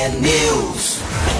T-News.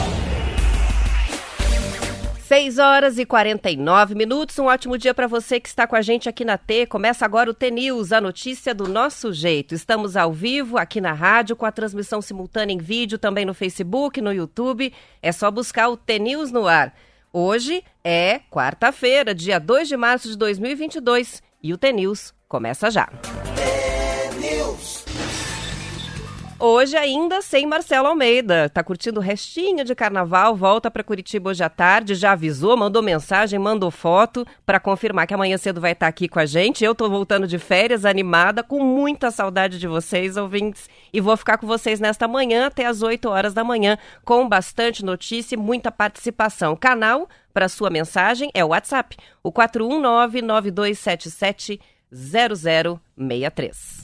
6h49, um ótimo dia para você que está com a gente aqui na T. Começa agora o T-News, a notícia do nosso jeito. Estamos ao vivo aqui na rádio, com a transmissão simultânea em vídeo, também no Facebook, no YouTube. É só buscar o T-News no ar. Hoje é quarta-feira, dia 2 de março de 2022, e o T-News começa já. T-News. Hoje ainda sem Marcelo Almeida. Tá curtindo o restinho de carnaval, volta para Curitiba hoje à tarde, já avisou, mandou mensagem, mandou foto para confirmar que amanhã cedo vai estar aqui com a gente. Eu tô voltando de férias, animada, com muita saudade de vocês, ouvintes, e vou ficar com vocês nesta manhã até às 8 horas da manhã, com bastante notícia e muita participação. Canal para sua mensagem é o WhatsApp, o 419-9277-0063.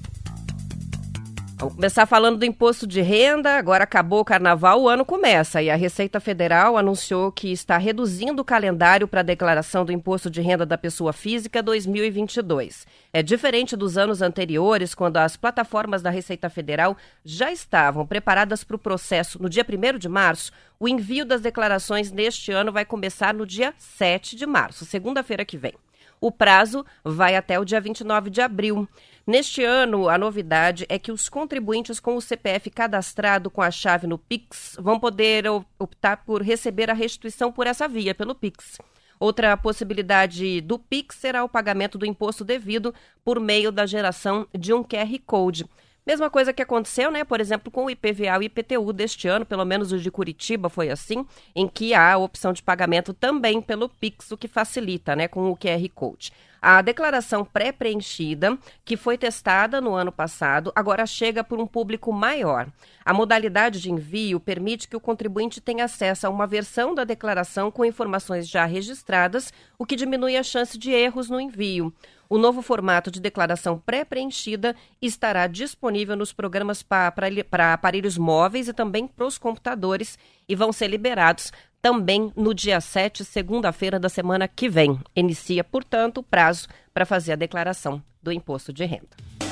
Vamos começar falando do imposto de renda. Agora acabou o carnaval, o ano começa e a Receita Federal anunciou que está reduzindo o calendário para a declaração do imposto de renda da pessoa física 2022. É diferente dos anos anteriores, quando as plataformas da Receita Federal já estavam preparadas para o processo no dia 1º de março. O envio das declarações neste ano vai começar no dia 7 de março, segunda-feira que vem. O prazo vai até o dia 29 de abril. Neste ano, a novidade é que os contribuintes com o CPF cadastrado com a chave no Pix vão poder optar por receber a restituição por essa via, pelo Pix. Outra possibilidade do Pix será o pagamento do imposto devido por meio da geração de um QR Code. Mesma coisa que aconteceu, né, por exemplo, com o IPVA e o IPTU deste ano, pelo menos o de Curitiba foi assim, em que há a opção de pagamento também pelo Pix, o que facilita, né, com o QR Code. A declaração pré-preenchida, que foi testada no ano passado, agora chega por um público maior. A modalidade de envio permite que o contribuinte tenha acesso a uma versão da declaração com informações já registradas, o que diminui a chance de erros no envio. O novo formato de declaração pré-preenchida estará disponível nos programas para aparelhos móveis e também para os computadores e vão ser liberados também no dia 7, segunda-feira da semana que vem. Inicia, portanto, o prazo para fazer a declaração do imposto de renda.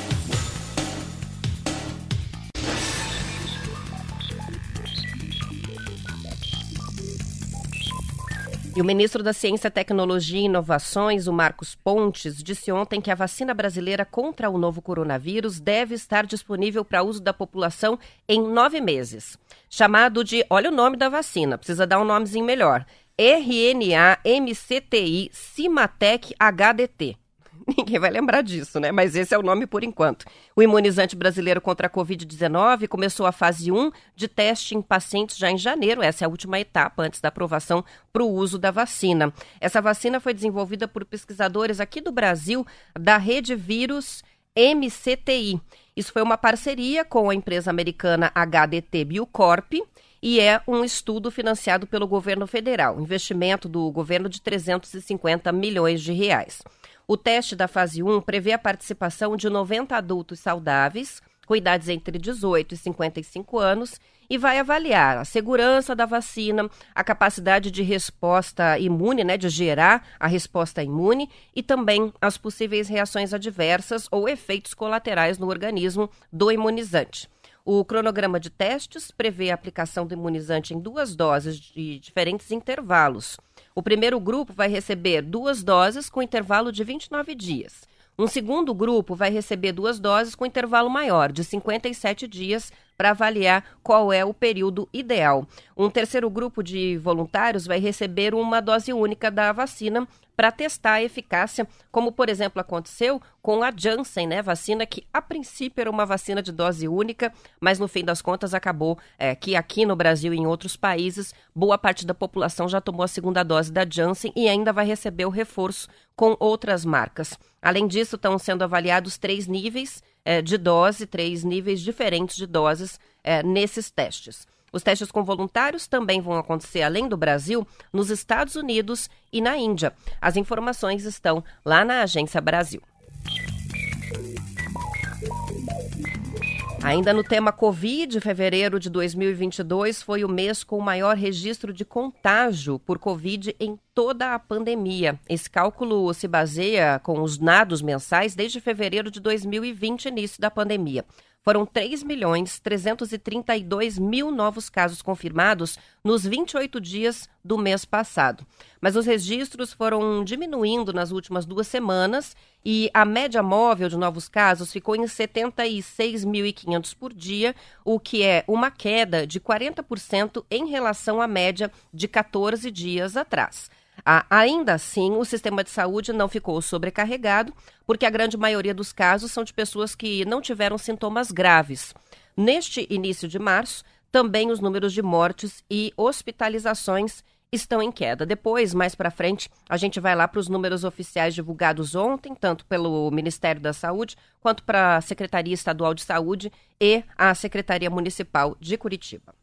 E o ministro da Ciência, Tecnologia e Inovações, o Marcos Pontes, disse ontem que a vacina brasileira contra o novo coronavírus deve estar disponível para uso da população em 9 meses. Chamado de, olha o nome da vacina, precisa dar um nomezinho melhor, RNA-MCTI Cimatec HDT. Ninguém vai lembrar disso, né? Mas esse é o nome por enquanto. O imunizante brasileiro contra a Covid-19 começou a fase 1 de teste em pacientes já em janeiro. Essa é a última etapa antes da aprovação para o uso da vacina. Essa vacina foi desenvolvida por pesquisadores aqui do Brasil, da Rede Vírus MCTI. Isso foi uma parceria com a empresa americana HDT Biocorp e é um estudo financiado pelo governo federal. Investimento do governo de 350 milhões de reais. O teste da fase 1 prevê a participação de 90 adultos saudáveis, com idades entre 18 e 55 anos, e vai avaliar a segurança da vacina, a capacidade de resposta imune, né, de gerar a resposta imune, e também as possíveis reações adversas ou efeitos colaterais no organismo do imunizante. O cronograma de testes prevê a aplicação do imunizante em 2 doses de diferentes intervalos. O primeiro grupo vai receber 2 doses com intervalo de 29 dias. Um segundo grupo vai receber 2 doses com intervalo maior, de 57 dias, para avaliar qual é o período ideal. Um terceiro grupo de voluntários vai receber uma dose única da vacina para testar a eficácia, como, por exemplo, aconteceu com a Janssen, né? Vacina que, a princípio, era uma vacina de dose única, mas, no fim das contas, acabou que aqui no Brasil e em outros países, boa parte da população já tomou a segunda dose da Janssen e ainda vai receber o reforço com outras marcas. Além disso, estão sendo avaliados 3 níveis de dose, 3 níveis diferentes de doses nesses testes. Os testes com voluntários também vão acontecer, além do Brasil, nos Estados Unidos e na Índia. As informações estão lá na Agência Brasil. Ainda no tema Covid, fevereiro de 2022 foi o mês com o maior registro de contágio por Covid em toda a pandemia. Esse cálculo se baseia com os dados mensais desde fevereiro de 2020, início da pandemia. Foram 3.332.000 novos casos confirmados nos 28 dias do mês passado. Mas os registros foram diminuindo nas últimas 2 semanas e a média móvel de novos casos ficou em 76.500 por dia, o que é uma queda de 40% em relação à média de 14 dias atrás. Ainda assim, o sistema de saúde não ficou sobrecarregado, porque a grande maioria dos casos são de pessoas que não tiveram sintomas graves. Neste início de março, também os números de mortes e hospitalizações estão em queda. Depois, mais para frente, a gente vai lá para os números oficiais divulgados ontem, tanto pelo Ministério da Saúde, quanto para a Secretaria Estadual de Saúde e a Secretaria Municipal de Curitiba.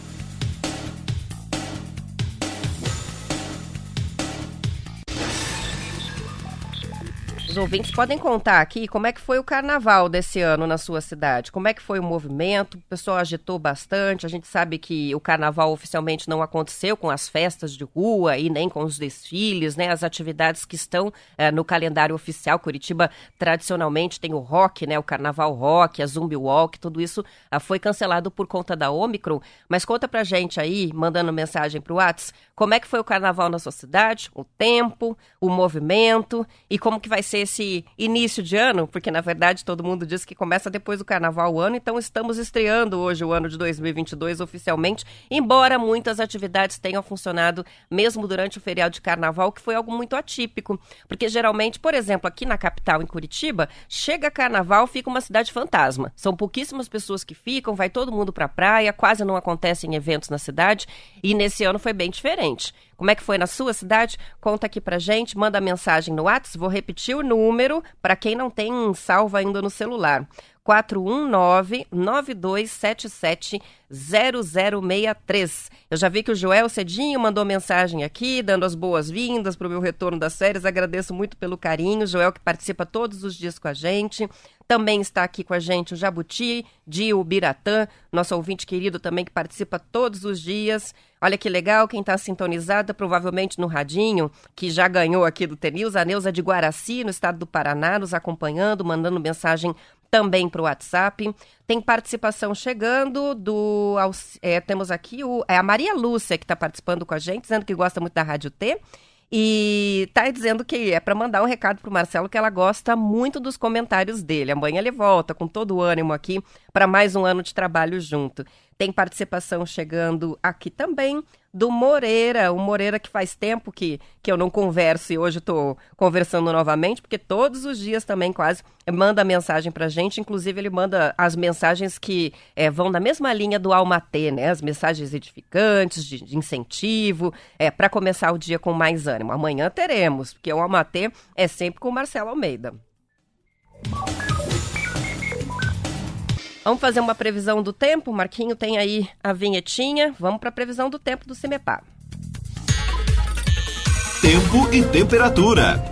Os ouvintes podem contar aqui como é que foi o carnaval desse ano na sua cidade, como é que foi o movimento, o pessoal agitou bastante, a gente sabe que o carnaval oficialmente não aconteceu com as festas de rua e nem com os desfiles, né, as atividades que estão no calendário oficial. Curitiba tradicionalmente tem o rock, né, o carnaval rock, a zumbi walk, tudo isso foi cancelado por conta da Omicron, mas conta pra gente aí, mandando mensagem pro WhatsApp, como é que foi o carnaval na sua cidade, o tempo, o movimento e como que vai ser esse início de ano, porque na verdade todo mundo diz que começa depois do carnaval o ano, então estamos estreando hoje o ano de 2022 oficialmente, embora muitas atividades tenham funcionado mesmo durante o feriado de carnaval, que foi algo muito atípico, porque geralmente, por exemplo, aqui na capital, em Curitiba, chega carnaval, fica uma cidade fantasma, são pouquíssimas pessoas que ficam, vai todo mundo pra praia, quase não acontecem eventos na cidade, e nesse ano foi bem diferente. Como é que foi na sua cidade? Conta aqui pra gente, manda mensagem no WhatsApp, vou repetir o número para quem não tem salvo ainda no celular. 419-9277-0063. Eu já vi que o Joel cedinho mandou mensagem aqui, dando as boas-vindas para o meu retorno das férias. Agradeço muito pelo carinho. Joel que participa todos os dias com a gente. Também está aqui com a gente o Jabuti, Dio Biratã, nosso ouvinte querido também que participa todos os dias. Olha que legal, quem está sintonizada provavelmente no radinho, que já ganhou aqui do TNews, a Neuza de Guaraci, no estado do Paraná, nos acompanhando, mandando mensagem também para o WhatsApp. Tem participação chegando temos aqui a Maria Lúcia, que está participando com a gente, dizendo que gosta muito da Rádio T. E tá dizendo que é para mandar um recado pro Marcelo, que ela gosta muito dos comentários dele. Amanhã ele volta com todo o ânimo aqui para mais um ano de trabalho junto. Tem participação chegando aqui também do Moreira, o Moreira que faz tempo que eu não converso e hoje estou conversando novamente, porque todos os dias também quase manda mensagem pra gente, inclusive ele manda as mensagens que vão na mesma linha do Almatê, né? As mensagens edificantes, de incentivo, para começar o dia com mais ânimo. Amanhã teremos, porque o Almatê é sempre com o Marcelo Almeida. Vamos fazer uma previsão do tempo? O Marquinho tem aí a vinhetinha. Vamos para a previsão do tempo do CIMEPAR. Tempo e temperatura.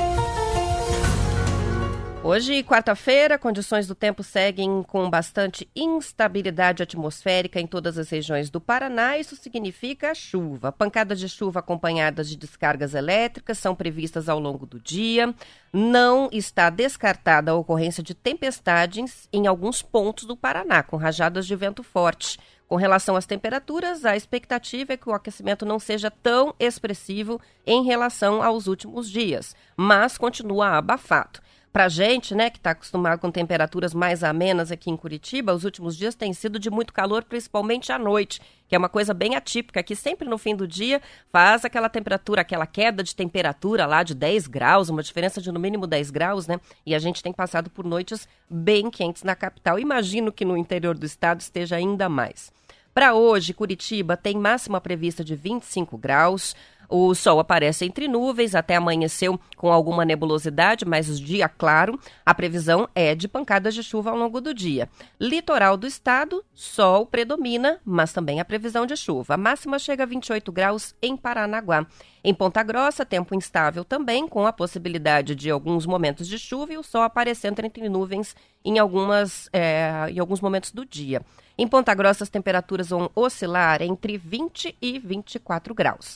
Hoje, quarta-feira, condições do tempo seguem com bastante instabilidade atmosférica em todas as regiões do Paraná. Isso significa chuva. Pancadas de chuva acompanhadas de descargas elétricas são previstas ao longo do dia. Não está descartada a ocorrência de tempestades em alguns pontos do Paraná, com rajadas de vento forte. Com relação às temperaturas, a expectativa é que o aquecimento não seja tão expressivo em relação aos últimos dias, mas continua abafado. Pra gente, né, que está acostumado com temperaturas mais amenas aqui em Curitiba, os últimos dias têm sido de muito calor, principalmente à noite, que é uma coisa bem atípica, que sempre no fim do dia faz aquela temperatura, aquela queda de temperatura lá de 10 graus, uma diferença de no mínimo 10 graus, né? E a gente tem passado por noites bem quentes na capital. Imagino que no interior do estado esteja ainda mais. Para hoje, Curitiba tem máxima prevista de 25 graus. O sol aparece entre nuvens, até amanheceu com alguma nebulosidade, mas o dia claro, a previsão é de pancadas de chuva ao longo do dia. Litoral do estado, sol predomina, mas também a previsão de chuva. A máxima chega a 28 graus em Paranaguá. Em Ponta Grossa, tempo instável também, com a possibilidade de alguns momentos de chuva e o sol aparecendo entre nuvens em alguns momentos do dia. Em Ponta Grossa, as temperaturas vão oscilar entre 20 e 24 graus.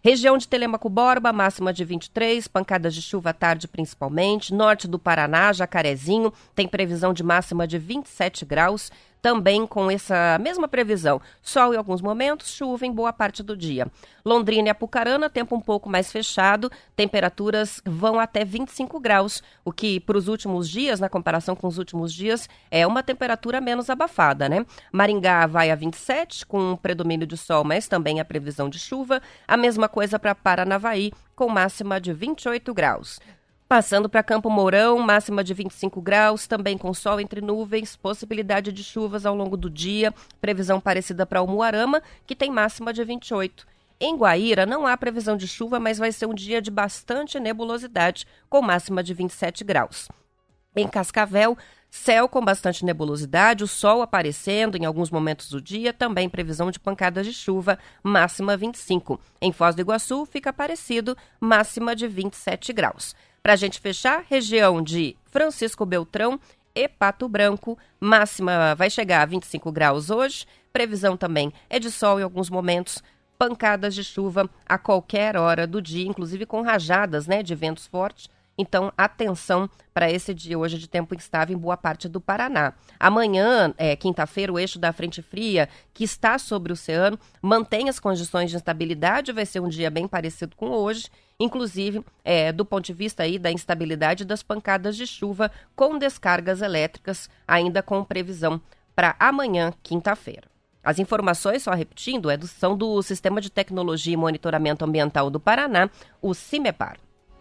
Região de Telêmaco Borba, máxima de 23, pancadas de chuva à tarde principalmente. Norte do Paraná, Jacarezinho, tem previsão de máxima de 27 graus. Também com essa mesma previsão, sol em alguns momentos, chuva em boa parte do dia. Londrina e Apucarana, tempo um pouco mais fechado, temperaturas vão até 25 graus, o que para os últimos dias, na comparação com os últimos dias, é uma temperatura menos abafada, né? Maringá vai a 27, com um predomínio de sol, mas também a previsão de chuva. A mesma coisa para Paranavaí, com máxima de 28 graus. Passando para Campo Mourão, máxima de 25 graus, também com sol entre nuvens, possibilidade de chuvas ao longo do dia, previsão parecida para Umuarama, que tem máxima de 28. Em Guaíra não há previsão de chuva, mas vai ser um dia de bastante nebulosidade, com máxima de 27 graus. Em Cascavel, céu com bastante nebulosidade, o sol aparecendo em alguns momentos do dia, também previsão de pancadas de chuva, máxima 25. Em Foz do Iguaçu fica parecido, máxima de 27 graus. Para a gente fechar, região de Francisco Beltrão e Pato Branco, máxima vai chegar a 25 graus hoje, previsão também é de sol em alguns momentos, pancadas de chuva a qualquer hora do dia, inclusive com rajadas, né, de ventos fortes. Então, atenção para esse dia hoje de tempo instável em boa parte do Paraná. Amanhã, quinta-feira, o eixo da frente fria, que está sobre o oceano, mantém as condições de instabilidade, vai ser um dia bem parecido com hoje, inclusive do ponto de vista aí da instabilidade das pancadas de chuva com descargas elétricas, ainda com previsão para amanhã, quinta-feira. As informações, só repetindo, são do Sistema de Tecnologia e Monitoramento Ambiental do Paraná, o CIMEPAR.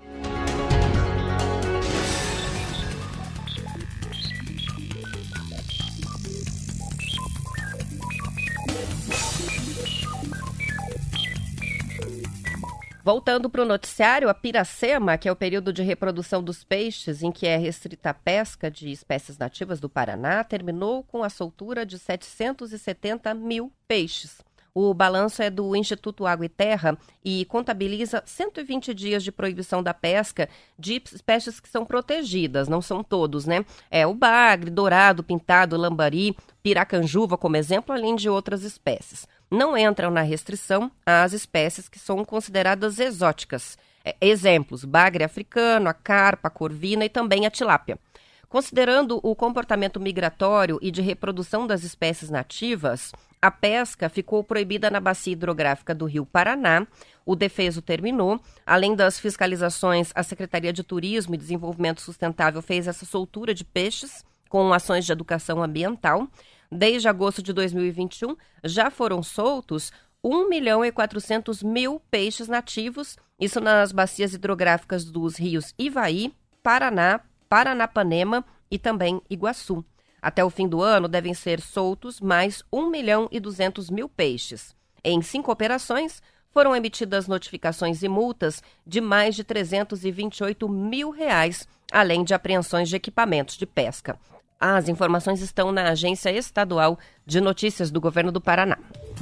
Voltando para o noticiário, a Piracema, que é o período de reprodução dos peixes em que é restrita a pesca de espécies nativas do Paraná, terminou com a soltura de 770 mil peixes. O balanço é do Instituto Água e Terra e contabiliza 120 dias de proibição da pesca de espécies que são protegidas, não são todos, né? O bagre, dourado, pintado, lambari, piracanjuva como exemplo, além de outras espécies. Não entram na restrição as espécies que são consideradas exóticas. Exemplos, bagre africano, a carpa, a corvina e também a tilápia. Considerando o comportamento migratório e de reprodução das espécies nativas, a pesca ficou proibida na bacia hidrográfica do Rio Paraná. O defeso terminou. Além das fiscalizações, a Secretaria de Turismo e Desenvolvimento Sustentável fez essa soltura de peixes com ações de educação ambiental. Desde agosto de 2021, já foram soltos 1.400.000 peixes nativos, isso nas bacias hidrográficas dos rios Ivaí, Paraná, Paranapanema e também Iguaçu. Até o fim do ano, devem ser soltos mais 1.200.000 peixes. Em 5 operações, foram emitidas notificações e multas de mais de R$328 mil, além de apreensões de equipamentos de pesca. As informações estão na Agência Estadual de Notícias do Governo do Paraná.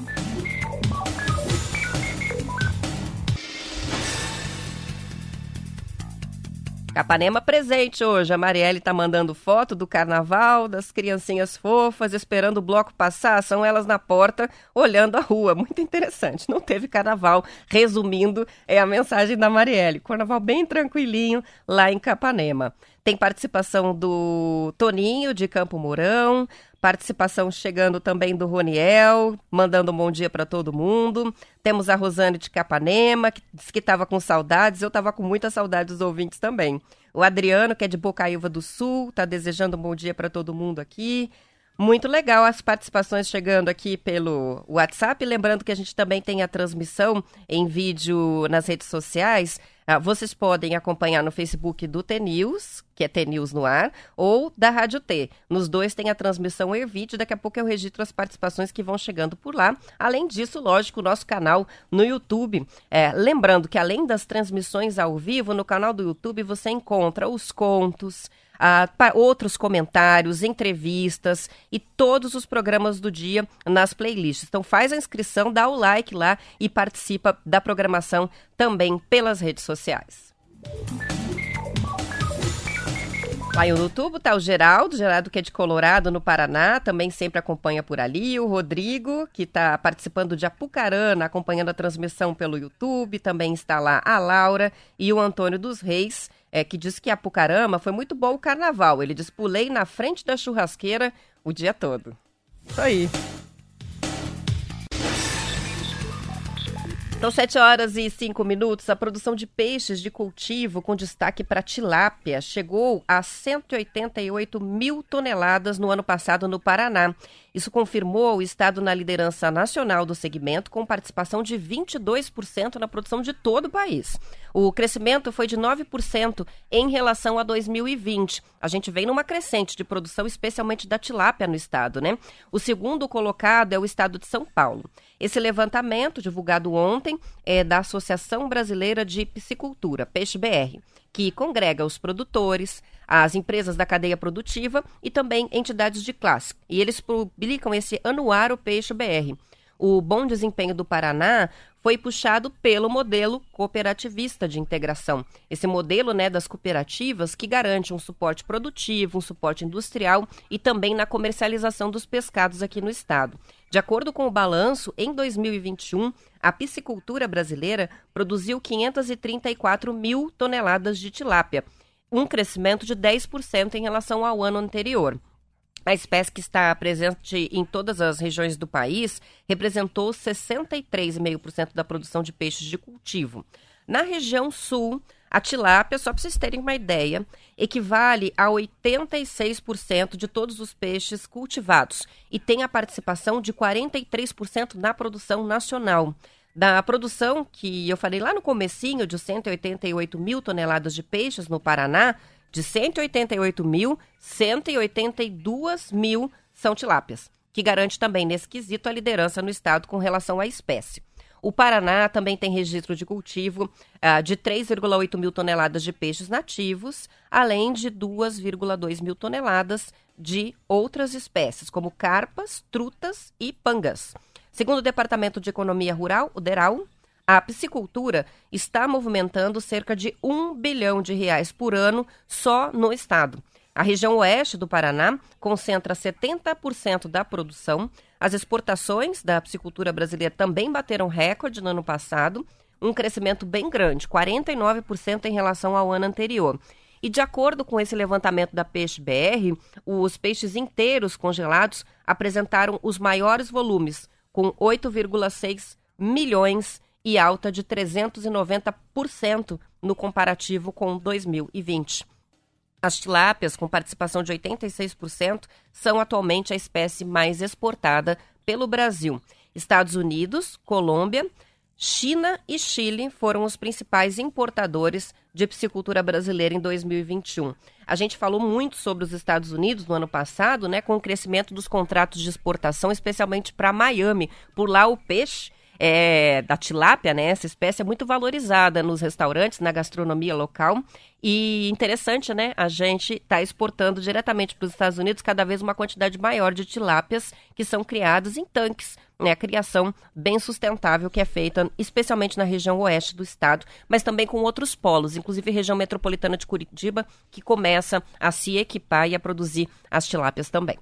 Capanema presente hoje. A Marielle está mandando foto do carnaval, das criancinhas fofas, esperando o bloco passar. São elas na porta, olhando a rua. Muito interessante. Não teve carnaval. Resumindo, é a mensagem da Marielle. Carnaval bem tranquilinho lá em Capanema. Tem participação do Toninho, de Campo Mourão, participação chegando também do Roniel, mandando um bom dia para todo mundo. Temos a Rosane de Capanema, que disse que estava com saudades, eu estava com muita saudade dos ouvintes também. O Adriano, que é de Bocaiúva do Sul, está desejando um bom dia para todo mundo aqui. Muito legal as participações chegando aqui pelo WhatsApp. Lembrando que a gente também tem a transmissão em vídeo nas redes sociais. Vocês podem acompanhar no Facebook do T-News, que é T-News no ar, ou da Rádio T. Nos dois tem a transmissão e vídeo. Daqui a pouco eu registro as participações que vão chegando por lá. Além disso, lógico, o nosso canal no YouTube. Lembrando que além das transmissões ao vivo, no canal do YouTube você encontra os contos, outros comentários, entrevistas e todos os programas do dia nas playlists. Então faz a inscrição, dá o like lá e participa da programação também pelas redes sociais. Lá em Urutuba tá o Geraldo que é de Colorado, no Paraná, também sempre acompanha por ali. O Rodrigo, que está participando de Apucarana, acompanhando a transmissão pelo YouTube. Também está lá a Laura e o Antônio dos Reis, que diz que Apucarama foi muito bom o carnaval. Ele diz, pulei na frente da churrasqueira o dia todo. Isso aí. São 7h05. A produção de peixes de cultivo, com destaque para tilápia, chegou a 188 mil toneladas no ano passado no Paraná. Isso confirmou o estado na liderança nacional do segmento, com participação de 22% na produção de todo o país. O crescimento foi de 9% em relação a 2020. A gente vem numa crescente de produção, especialmente da tilápia no estado, né? O segundo colocado é o estado de São Paulo. Esse levantamento, divulgado ontem, é da Associação Brasileira de Piscicultura, Peixe BR, que congrega os produtores, as empresas da cadeia produtiva e também entidades de classe. E eles publicam esse Anuário Peixe BR. O bom desempenho do Paraná foi puxado pelo modelo cooperativista de integração. Esse modelo, das cooperativas que garante um suporte produtivo, um suporte industrial e também na comercialização dos pescados aqui no estado. De acordo com o balanço, em 2021, a piscicultura brasileira produziu 534 mil toneladas de tilápia, um crescimento de 10% em relação ao ano anterior. A espécie, que está presente em todas as regiões do país, representou 63,5% da produção de peixes de cultivo. Na região sul, a tilápia, só para vocês terem uma ideia, equivale a 86% de todos os peixes cultivados e tem a participação de 43% na produção nacional. Da produção que eu falei lá no comecinho, de 188 mil toneladas de peixes no Paraná, de 188 mil, 182 mil são tilápias, que garante também, nesse quesito, a liderança no estado com relação à espécie. O Paraná também tem registro de cultivo de 3,8 mil toneladas de peixes nativos, além de 2,2 mil toneladas de outras espécies, como carpas, trutas e pangas. Segundo o Departamento de Economia Rural, o DERAL, a piscicultura está movimentando cerca de R$1 bilhão por ano só no estado. A região oeste do Paraná concentra 70% da produção. As exportações da piscicultura brasileira também bateram recorde no ano passado, um crescimento bem grande, 49% em relação ao ano anterior. E de acordo com esse levantamento da Peixe BR, os peixes inteiros congelados apresentaram os maiores volumes, com 8,6 milhões e alta de 390% no comparativo com 2020. As tilápias, com participação de 86%, são atualmente a espécie mais exportada pelo Brasil. Estados Unidos, Colômbia, China e Chile foram os principais importadores de piscicultura brasileira em 2021. A gente falou muito sobre os Estados Unidos no ano passado, com o crescimento dos contratos de exportação, especialmente para Miami. Por lá o peixe da tilápia, essa espécie é muito valorizada nos restaurantes, na gastronomia local. E interessante, a gente está exportando diretamente para os Estados Unidos cada vez uma quantidade maior de tilápias que são criadas em tanques. A criação bem sustentável que é feita especialmente na região oeste do estado, mas também com outros polos, inclusive a região metropolitana de Curitiba, que começa a se equipar e a produzir as tilápias também.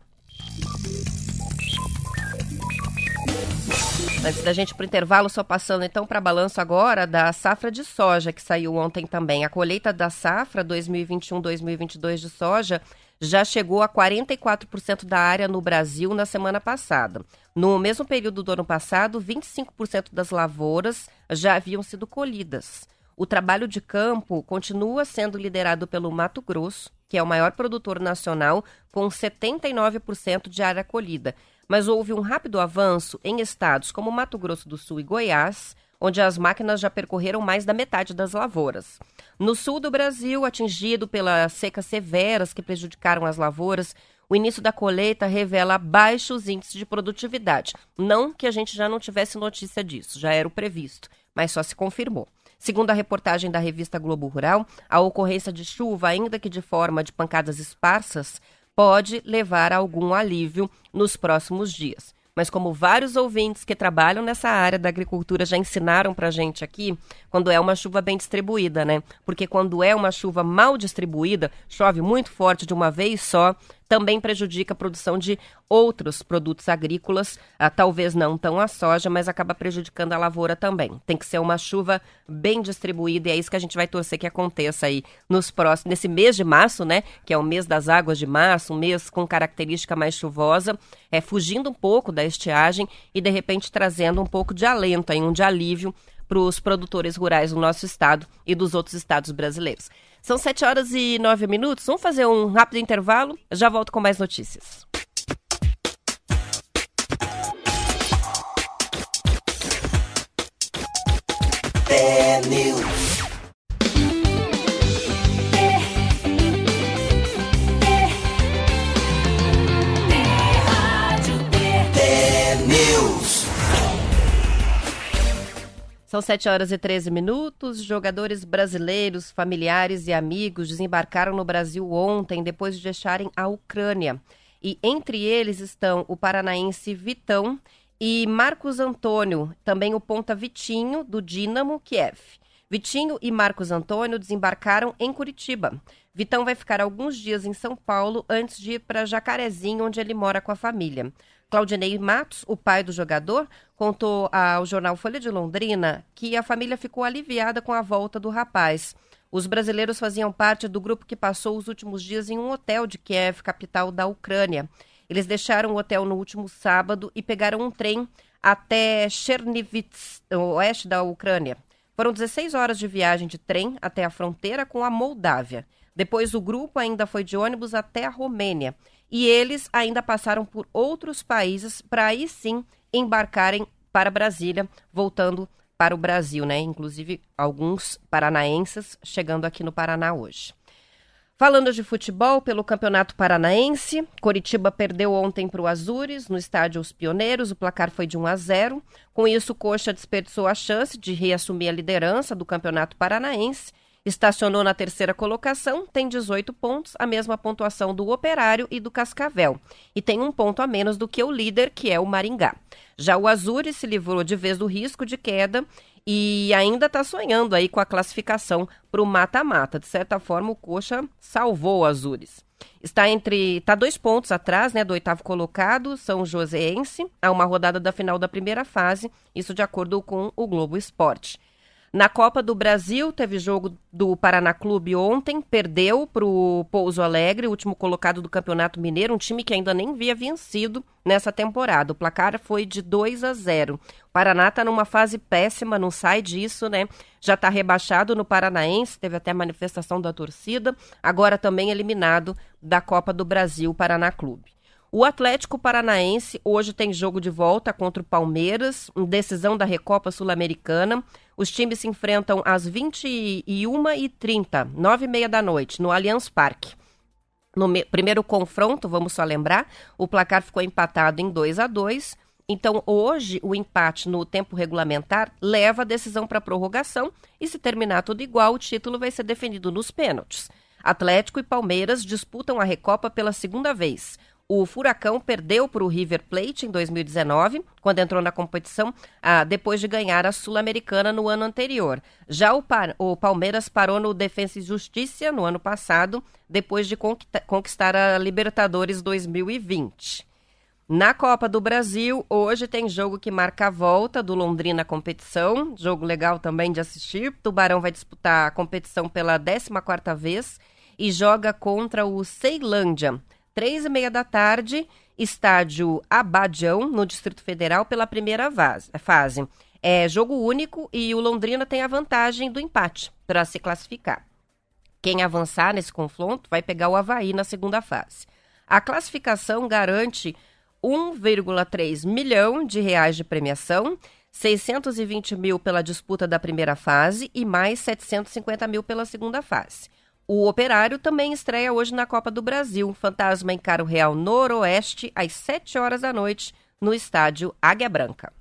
Antes da gente ir para o intervalo, só passando então para balanço agora da safra de soja, que saiu ontem também. A colheita da safra 2021-2022 de soja já chegou a 44% da área no Brasil na semana passada. No mesmo período do ano passado, 25% das lavouras já haviam sido colhidas. O trabalho de campo continua sendo liderado pelo Mato Grosso, que é o maior produtor nacional, com 79% de área colhida. Mas houve um rápido avanço em estados como Mato Grosso do Sul e Goiás, onde as máquinas já percorreram mais da metade das lavouras. No sul do Brasil, atingido pelas secas severas que prejudicaram as lavouras, o início da colheita revela baixos índices de produtividade. Não que a gente já não tivesse notícia disso, já era o previsto, mas só se confirmou. Segundo a reportagem da revista Globo Rural, a ocorrência de chuva, ainda que de forma de pancadas esparsas, pode levar a algum alívio nos próximos dias. mas como vários ouvintes que trabalham nessa área da agricultura já ensinaram pra gente aqui, quando é uma chuva bem distribuída, né? Porque quando é uma chuva mal distribuída, chove muito forte de uma vez só, também prejudica a produção de outros produtos agrícolas, talvez não tão a soja, mas acaba prejudicando a lavoura também. Tem que ser uma chuva bem distribuída e é isso que a gente vai torcer que aconteça aí nesse mês de março, né? Que é o mês das águas de março, um mês com característica mais chuvosa, fugindo um pouco da estiagem e de repente trazendo um pouco de alento, aí, de alívio para os produtores rurais do nosso estado e dos outros estados brasileiros. São 7h09. Vamos fazer um rápido intervalo. Já volto com mais notícias. São 7h13. Jogadores brasileiros, familiares e amigos desembarcaram no Brasil ontem, depois de deixarem a Ucrânia. E entre eles estão o paranaense Vitão e Marcos Antônio, também o ponta Vitinho, do Dínamo Kiev. Vitinho e Marcos Antônio desembarcaram em Curitiba. Vitão vai ficar alguns dias em São Paulo antes de ir para Jacarezinho, onde ele mora com a família. Claudinei Matos, o pai do jogador, contou ao jornal Folha de Londrina que a família ficou aliviada com a volta do rapaz. Os brasileiros faziam parte do grupo que passou os últimos dias em um hotel de Kiev, capital da Ucrânia. Eles deixaram o hotel no último sábado e pegaram um trem até Chernivtsi, no oeste da Ucrânia. Foram 16 horas de viagem de trem até a fronteira com a Moldávia. Depois o grupo ainda foi de ônibus até a Romênia. E eles ainda passaram por outros países para aí sim embarcarem para Brasília, voltando para o Brasil, né? Inclusive alguns paranaenses chegando aqui no Paraná hoje. Falando de futebol, pelo Campeonato Paranaense, Coritiba perdeu ontem para o Azures, no estádio Os Pioneiros, o placar foi de 1-0. Com isso, o Coxa desperdiçou a chance de reassumir a liderança do Campeonato Paranaense. Estacionou na terceira colocação, tem 18 pontos, a mesma pontuação do Operário e do Cascavel. E tem um ponto a menos do que o líder, que é o Maringá. Já o Azures se livrou de vez do risco de queda e ainda está sonhando aí com a classificação para o mata-mata. De certa forma, o Coxa salvou o Azures. Está 2 pontos atrás, né, do 8º colocado, São Joséense, a uma rodada da final da primeira fase, isso de acordo com o Globo Esporte. Na Copa do Brasil, teve jogo do Paraná Clube ontem, perdeu para o Pouso Alegre, o último colocado do Campeonato Mineiro, um time que ainda nem havia vencido nessa temporada. O placar foi de 2-0. O Paraná está numa fase péssima, não sai disso, né? Já está rebaixado no Paranaense, teve até manifestação da torcida, agora também eliminado da Copa do Brasil, Paraná Clube. O Atlético Paranaense hoje tem jogo de volta contra o Palmeiras, decisão da Recopa Sul-Americana. Os times se enfrentam às 21h30, 9h30 da noite, no Allianz Parque. No primeiro confronto, vamos só lembrar, o placar ficou empatado em 2-2. Então, hoje, o empate no tempo regulamentar leva a decisão para prorrogação e, se terminar tudo igual, o título vai ser definido nos pênaltis. Atlético e Palmeiras disputam a Recopa pela segunda vez. O Furacão perdeu para o River Plate em 2019, quando entrou na competição, depois de ganhar a Sul-Americana no ano anterior. Já o Palmeiras parou no Defensa e Justiça no ano passado, depois de conquistar a Libertadores 2020. Na Copa do Brasil, hoje tem jogo que marca a volta do Londrina à competição, jogo legal também de assistir. Tubarão vai disputar a competição pela 14ª vez e joga contra o Ceilândia. 3h30 da tarde, estádio Abadião, no Distrito Federal, pela primeira fase. É jogo único e o Londrina tem a vantagem do empate para se classificar. Quem avançar nesse confronto vai pegar o Avaí na segunda fase. A classificação garante 1,3 milhão de reais de premiação, 620 mil pela disputa da primeira fase e mais 750 mil pela segunda fase. O Operário também estreia hoje na Copa do Brasil. Fantasma encara o Real Noroeste às 7h da noite no estádio Águia Branca.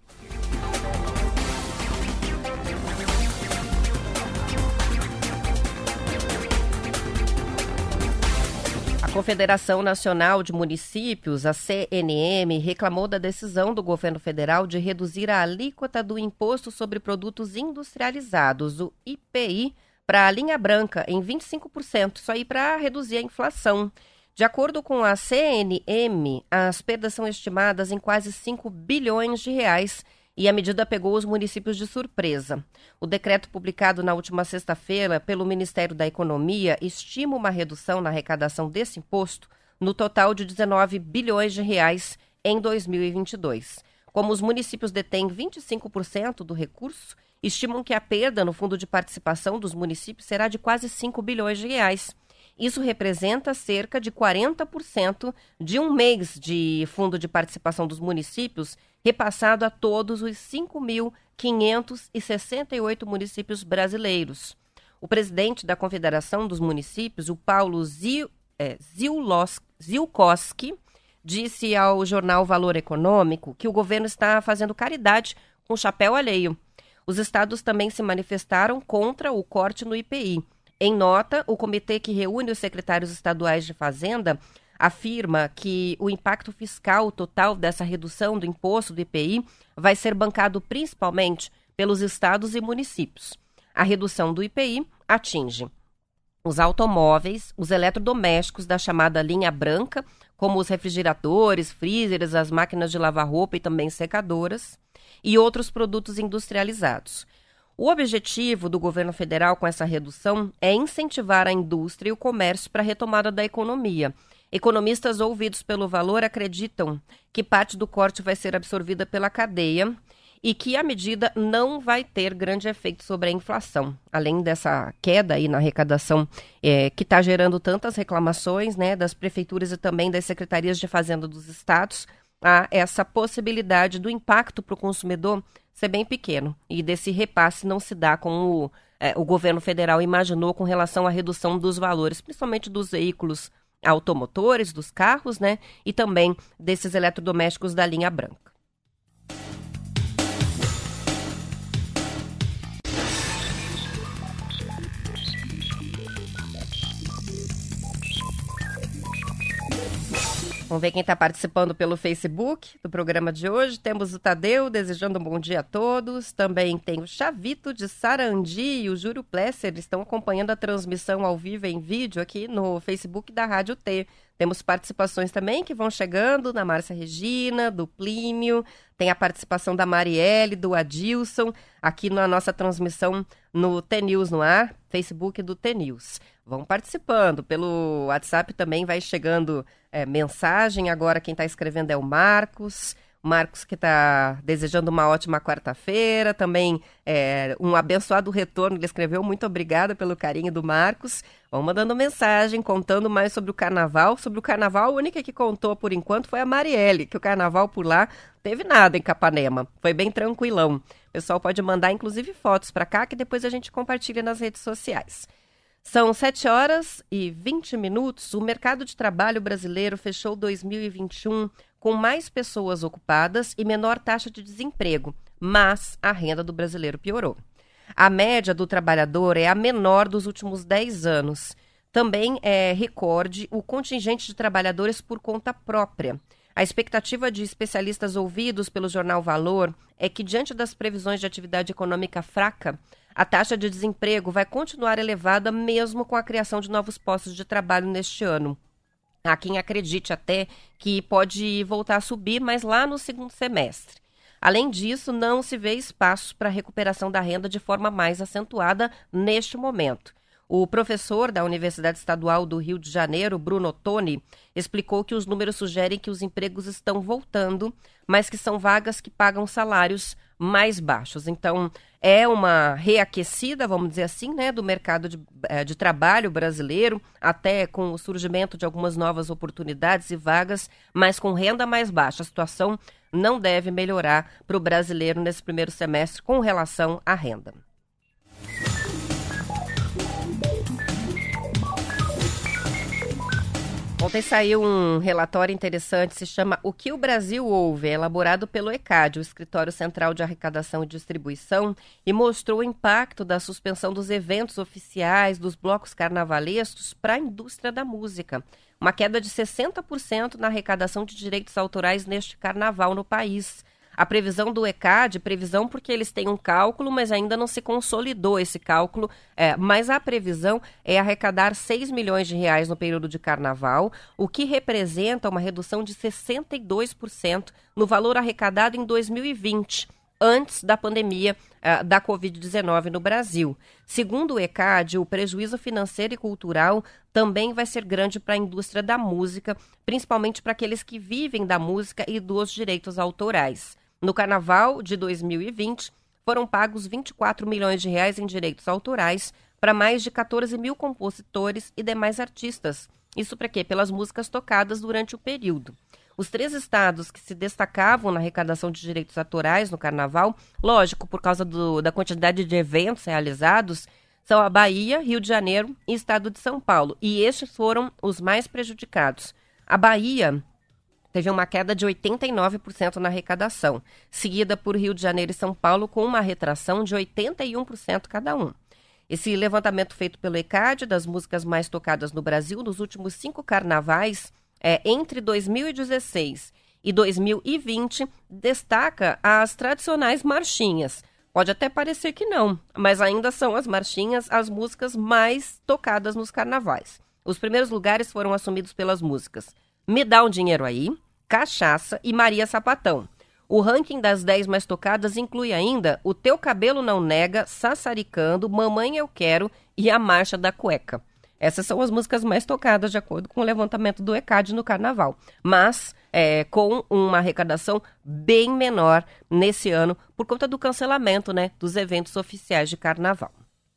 Confederação Nacional de Municípios, a CNM, reclamou da decisão do governo federal de reduzir a alíquota do Imposto sobre Produtos Industrializados, o IPI, para a linha branca em 25%, isso aí para reduzir a inflação. De acordo com a CNM, as perdas são estimadas em quase 5 bilhões de reais e a medida pegou os municípios de surpresa. O decreto publicado na última sexta-feira pelo Ministério da Economia estima uma redução na arrecadação desse imposto no total de 19 bilhões de reais em 2022. Como os municípios detêm 25% do recurso, estimam que a perda no fundo de participação dos municípios será de quase 5 bilhões de reais. Isso representa cerca de 40% de um mês de fundo de participação dos municípios repassado a todos os 5.568 municípios brasileiros. O presidente da Confederação dos Municípios, o Paulo Zielkowski, disse ao jornal Valor Econômico que o governo está fazendo caridade com chapéu alheio. Os estados também se manifestaram contra o corte no IPI. Em nota, o comitê que reúne os secretários estaduais de Fazenda afirma que o impacto fiscal total dessa redução do imposto do IPI vai ser bancado principalmente pelos estados e municípios. A redução do IPI atinge os automóveis, os eletrodomésticos da chamada linha branca, como os refrigeradores, freezers, as máquinas de lavar roupa e também secadoras, e outros produtos industrializados. O objetivo do governo federal com essa redução é incentivar a indústria e o comércio para a retomada da economia. Economistas ouvidos pelo Valor acreditam que parte do corte vai ser absorvida pela cadeia e que a medida não vai ter grande efeito sobre a inflação. Além dessa queda aí na arrecadação que está gerando tantas reclamações, né, das prefeituras e também das secretarias de Fazenda dos estados, há essa possibilidade do impacto para o consumidor ser bem pequeno e desse repasse não se dá como o governo federal imaginou com relação à redução dos valores, principalmente dos veículos automotores, dos carros, né, e também desses eletrodomésticos da linha branca. Vamos ver quem está participando pelo Facebook do programa de hoje. Temos o Tadeu desejando um bom dia a todos. Também tem o Chavito de Sarandi e o Júlio Plesser. Estão acompanhando a transmissão ao vivo em vídeo aqui no Facebook da Rádio T. Temos participações também que vão chegando, da Márcia Regina, do Plínio. Tem a participação da Marielle, do Adilson, aqui na nossa transmissão no T-News no ar, Facebook do T-News. Vão participando. Pelo WhatsApp também vai chegando mensagem. Agora quem está escrevendo é o Marcos. Marcos que está desejando uma ótima quarta-feira. Também um abençoado retorno. Ele escreveu. Muito obrigada pelo carinho do Marcos. Vão mandando mensagem, contando mais sobre o carnaval. Sobre o carnaval, a única que contou por enquanto foi a Marielle, que o carnaval por lá teve nada em Capanema. Foi bem tranquilão. O pessoal pode mandar, inclusive, fotos para cá, que depois a gente compartilha nas redes sociais. São 7h20. O mercado de trabalho brasileiro fechou 2021 com mais pessoas ocupadas e menor taxa de desemprego, mas a renda do brasileiro piorou. A média do trabalhador é a menor dos últimos 10 anos. Também é recorde o contingente de trabalhadores por conta própria. A expectativa de especialistas ouvidos pelo jornal Valor é que, diante das previsões de atividade econômica fraca, a taxa de desemprego vai continuar elevada mesmo com a criação de novos postos de trabalho neste ano. Há quem acredite até que pode voltar a subir, mas lá no segundo semestre. Além disso, não se vê espaço para a recuperação da renda de forma mais acentuada neste momento. O professor da Universidade Estadual do Rio de Janeiro, Bruno Ottoni, explicou que os números sugerem que os empregos estão voltando, mas que são vagas que pagam salários mais baixos. Então, é uma reaquecida, vamos dizer assim, né, do mercado de trabalho brasileiro, até com o surgimento de algumas novas oportunidades e vagas, mas com renda mais baixa. A situação não deve melhorar para o brasileiro nesse primeiro semestre com relação à renda. Ontem saiu um relatório interessante, se chama O que o Brasil Ouve, é elaborado pelo ECAD, o Escritório Central de Arrecadação e Distribuição, e mostrou o impacto da suspensão dos eventos oficiais, dos blocos carnavalescos para a indústria da música. Uma queda de 60% na arrecadação de direitos autorais neste carnaval no país. A previsão do ECAD, previsão porque eles têm um cálculo, mas ainda não se consolidou esse cálculo, mas a previsão é arrecadar 6 milhões de reais no período de carnaval, o que representa uma redução de 62% no valor arrecadado em 2020, antes da pandemia da Covid-19 no Brasil. Segundo o ECAD, o prejuízo financeiro e cultural também vai ser grande para a indústria da música, principalmente para aqueles que vivem da música e dos direitos autorais. No Carnaval de 2020, foram pagos 24 milhões de reais em direitos autorais para mais de 14 mil compositores e demais artistas. Isso para quê? Pelas músicas tocadas durante o período. Os 3 estados que se destacavam na arrecadação de direitos autorais no Carnaval, lógico, por causa da quantidade de eventos realizados, são a Bahia, Rio de Janeiro e Estado de São Paulo. E estes foram os mais prejudicados. A Bahia teve uma queda de 89% na arrecadação, seguida por Rio de Janeiro e São Paulo, com uma retração de 81% cada um. Esse levantamento feito pelo ECAD das músicas mais tocadas no Brasil nos últimos 5 carnavais, entre 2016 e 2020, destaca as tradicionais marchinhas. Pode até parecer que não, mas ainda são as marchinhas as músicas mais tocadas nos carnavais. Os primeiros lugares foram assumidos pelas músicas Me Dá um Dinheiro Aí, Cachaça e Maria Sapatão. O ranking das 10 mais tocadas inclui ainda O Teu Cabelo Não Nega, Sassaricando, Mamãe Eu Quero e A Marcha da Cueca. Essas são as músicas mais tocadas de acordo com o levantamento do ECAD no Carnaval, mas com uma arrecadação bem menor nesse ano por conta do cancelamento, dos eventos oficiais de Carnaval.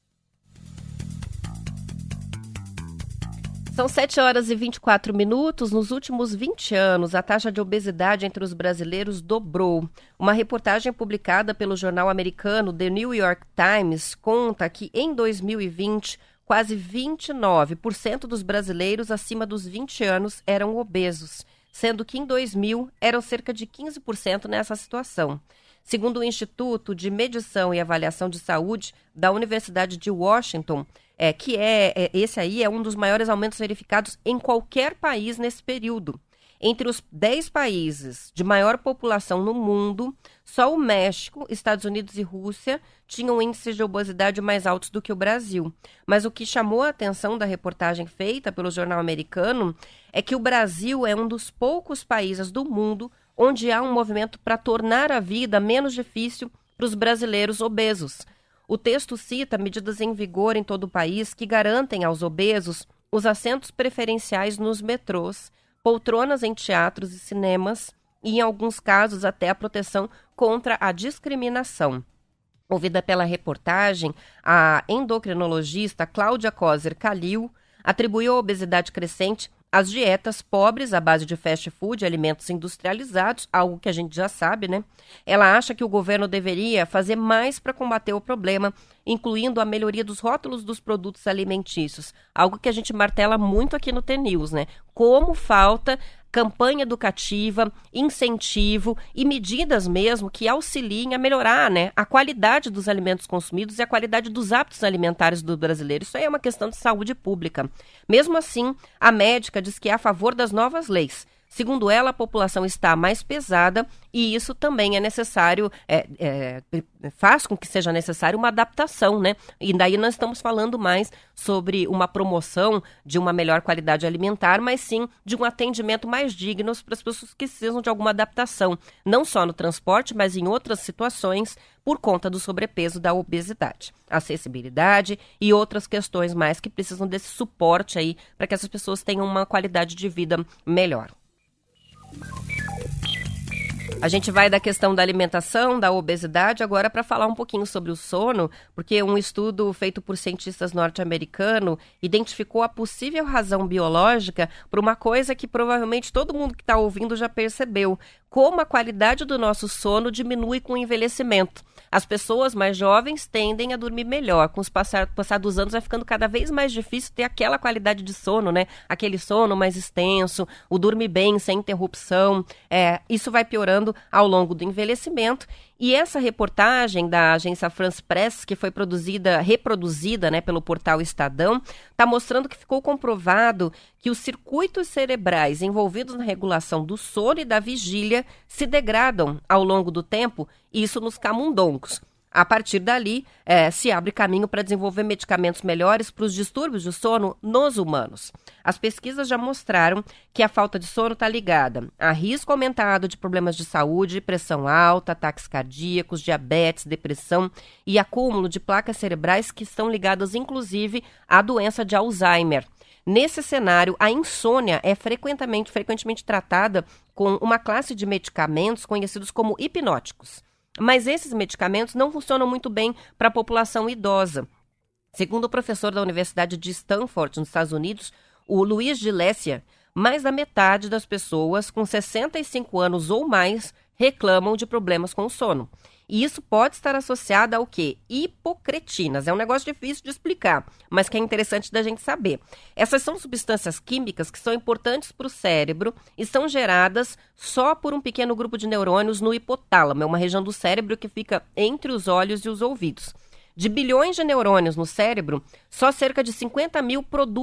São 7 horas e 24 minutos. Nos últimos 20 anos, a taxa de obesidade entre os brasileiros dobrou. Uma reportagem publicada pelo jornal americano The New York Times conta que, em 2020, quase 29% dos brasileiros acima dos 20 anos eram obesos, sendo que em 2000 eram cerca de 15% nessa situação. Segundo o Instituto de Medição e Avaliação de Saúde da Universidade de Washington, esse aí é um dos maiores aumentos verificados em qualquer país nesse período. Entre os 10 países de maior população no mundo, só o México, Estados Unidos e Rússia tinham índices de obesidade mais altos do que o Brasil. Mas o que chamou a atenção da reportagem feita pelo jornal americano é que o Brasil é um dos poucos países do mundo onde há um movimento para tornar a vida menos difícil para os brasileiros obesos. O texto cita medidas em vigor em todo o país que garantem aos obesos os assentos preferenciais nos metrôs, poltronas em teatros e cinemas e, em alguns casos, até a proteção contra a discriminação. Ouvida pela reportagem, a endocrinologista Cláudia Coser Calil atribuiu a obesidade crescente às dietas pobres à base de fast food e alimentos industrializados, algo que a gente já sabe, Ela acha que o governo deveria fazer mais para combater o problema, incluindo a melhoria dos rótulos dos produtos alimentícios, algo que a gente martela muito aqui no TNews, Como falta campanha educativa, incentivo e medidas mesmo que auxiliem a melhorar, a qualidade dos alimentos consumidos e a qualidade dos hábitos alimentares do brasileiro. Isso aí é uma questão de saúde pública. Mesmo assim, a médica diz que é a favor das novas leis. Segundo ela, a população está mais pesada e isso também é necessário, faz com que seja necessário uma adaptação, E daí nós estamos falando mais sobre uma promoção de uma melhor qualidade alimentar, mas sim de um atendimento mais digno para as pessoas que precisam de alguma adaptação, não só no transporte, mas em outras situações por conta do sobrepeso, da obesidade, acessibilidade e outras questões mais que precisam desse suporte aí para que essas pessoas tenham uma qualidade de vida melhor. A gente vai da questão da alimentação, da obesidade, agora para falar um pouquinho sobre o sono, porque um estudo feito por cientistas norte-americanos identificou a possível razão biológica por uma coisa que provavelmente todo mundo que está ouvindo já percebeu. como a qualidade do nosso sono diminui com o envelhecimento. As pessoas mais jovens tendem a dormir melhor. Com o passar dos anos vai ficando cada vez mais difícil ter aquela qualidade de sono, né? Aquele sono mais extenso, o dormir bem, sem interrupção. Isso vai piorando ao longo do envelhecimento. E essa reportagem da agência France Press, que foi reproduzida, né, pelo portal Estadão, está mostrando que ficou comprovado que os circuitos cerebrais envolvidos na regulação do sono e da vigília se degradam ao longo do tempo, isso nos camundongos. A partir dali, se abre caminho para desenvolver medicamentos melhores para os distúrbios de sono nos humanos. As pesquisas já mostraram que a falta de sono está ligada a risco aumentado de problemas de saúde, pressão alta, ataques cardíacos, diabetes, depressão e acúmulo de placas cerebrais que estão ligadas, inclusive, à doença de Alzheimer. Nesse cenário, a insônia é frequentemente tratada com uma classe de medicamentos conhecidos como hipnóticos. Mas esses medicamentos não funcionam muito bem para a população idosa. Segundo o professor da Universidade de Stanford, nos Estados Unidos, o Luiz de Lécia, mais da metade das pessoas com 65 anos ou mais reclamam de problemas com o sono. E isso pode estar associado ao quê? Hipocretinas. É um negócio difícil de explicar, mas que é interessante da gente saber. Essas são substâncias químicas que são importantes para o cérebro e são geradas só por um pequeno grupo de neurônios no hipotálamo. É uma região do cérebro que fica entre os olhos e os ouvidos. De bilhões de neurônios no cérebro, só cerca de 50 mil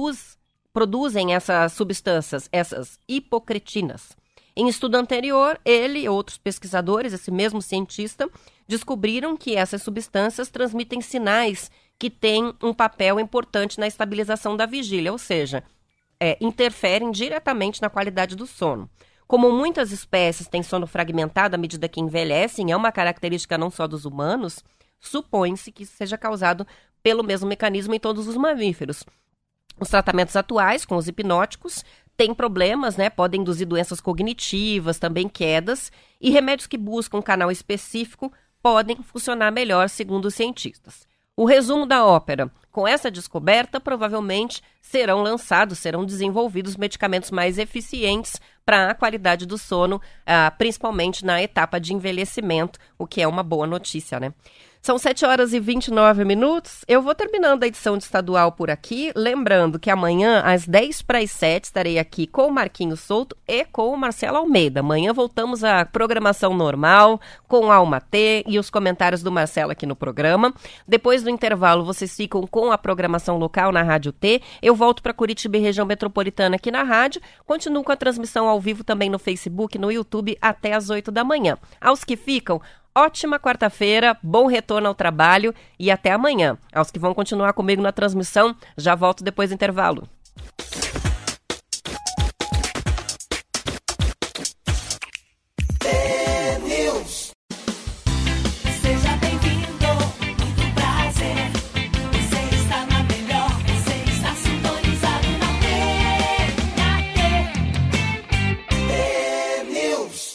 produzem essas substâncias, essas hipocretinas. Em estudo anterior, ele e outros pesquisadores, esse mesmo cientista, descobriram que essas substâncias transmitem sinais que têm um papel importante na estabilização da vigília, ou seja, interferem diretamente na qualidade do sono. Como muitas espécies têm sono fragmentado à medida que envelhecem, é uma característica não só dos humanos, supõe-se que isso seja causado pelo mesmo mecanismo em todos os mamíferos. Os tratamentos atuais com os hipnóticos têm problemas, né? Podem induzir doenças cognitivas, também quedas, e remédios que buscam um canal específico podem funcionar melhor, segundo os cientistas. O resumo da ópera: com essa descoberta, provavelmente serão desenvolvidos medicamentos mais eficientes para a qualidade do sono, principalmente na etapa de envelhecimento, o que é uma boa notícia, né? São 7h29. Eu vou terminando a edição de Estadual por aqui, lembrando que amanhã, às 6:50, estarei aqui com o Marquinhos Souto e com o Marcelo Almeida. Amanhã voltamos à programação normal, com a Alma T e os comentários do Marcelo aqui no programa. Depois do intervalo, vocês ficam com a programação local na Rádio T. Eu volto para Curitiba e região metropolitana aqui na rádio. Continuo com a transmissão ao vivo também no Facebook, no YouTube, até às 8 da manhã. Aos que ficam, ótima quarta-feira, bom retorno ao trabalho e até amanhã. Aos que vão continuar comigo na transmissão, já volto depois do intervalo. Seja bem-vindo, muito prazer. Você está na melhor, você está sintonizado na T-News.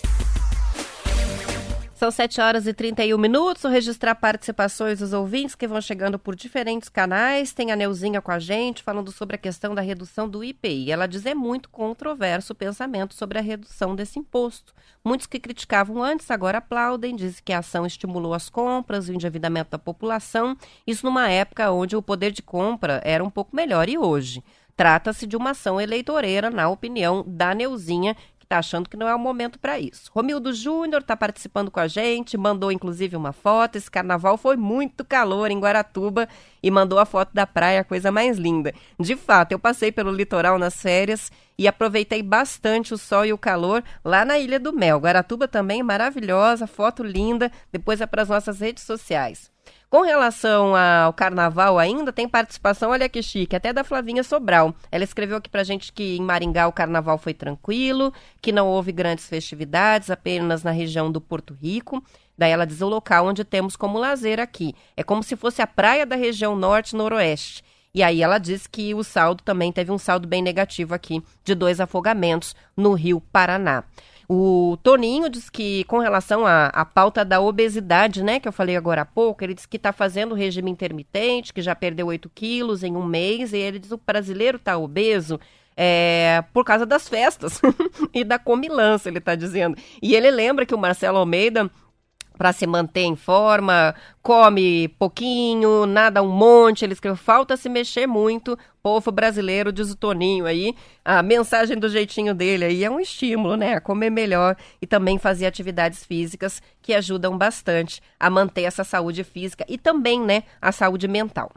São 7h31. Vou registrar participações dos ouvintes que vão chegando por diferentes canais. Tem a Neuzinha com a gente, falando sobre a questão da redução do IPI. Ela diz: é muito controverso o pensamento sobre a redução desse imposto. Muitos que criticavam antes agora aplaudem, dizem que a ação estimulou as compras, o endividamento da população. Isso numa época onde o poder de compra era um pouco melhor. E hoje? Trata-se de uma ação eleitoreira, na opinião da Neuzinha, está achando que não é o momento para isso. Romildo Júnior está participando com a gente, mandou inclusive uma foto. Esse carnaval foi muito calor em Guaratuba e mandou a foto da praia, a coisa mais linda. De fato, eu passei pelo litoral nas férias e aproveitei bastante o sol e o calor lá na Ilha do Mel. Guaratuba também maravilhosa, foto linda, depois é para as nossas redes sociais. Com relação ao carnaval ainda, tem participação, olha que chique, até da Flavinha Sobral. Ela escreveu aqui pra gente que em Maringá o carnaval foi tranquilo, que não houve grandes festividades, apenas na região do Porto Rico. Daí ela diz: o local onde temos como lazer aqui. É como se fosse a praia da região norte e noroeste. E aí ela diz que o saldo também teve um saldo bem negativo aqui, de 2 afogamentos no Rio Paraná. O Toninho diz que, com relação à pauta da obesidade, né, que eu falei agora há pouco, ele diz que está fazendo regime intermitente, que já perdeu 8 quilos em um mês, e ele diz: o brasileiro está obeso, por causa das festas e da comilança, ele está dizendo. E ele lembra que o Marcelo Almeida, para se manter em forma, come pouquinho, nada um monte, ele escreveu, falta se mexer muito, povo brasileiro, diz o Toninho aí, a mensagem do jeitinho dele aí é um estímulo, né, a comer melhor e também fazer atividades físicas que ajudam bastante a manter essa saúde física e também, né, a saúde mental.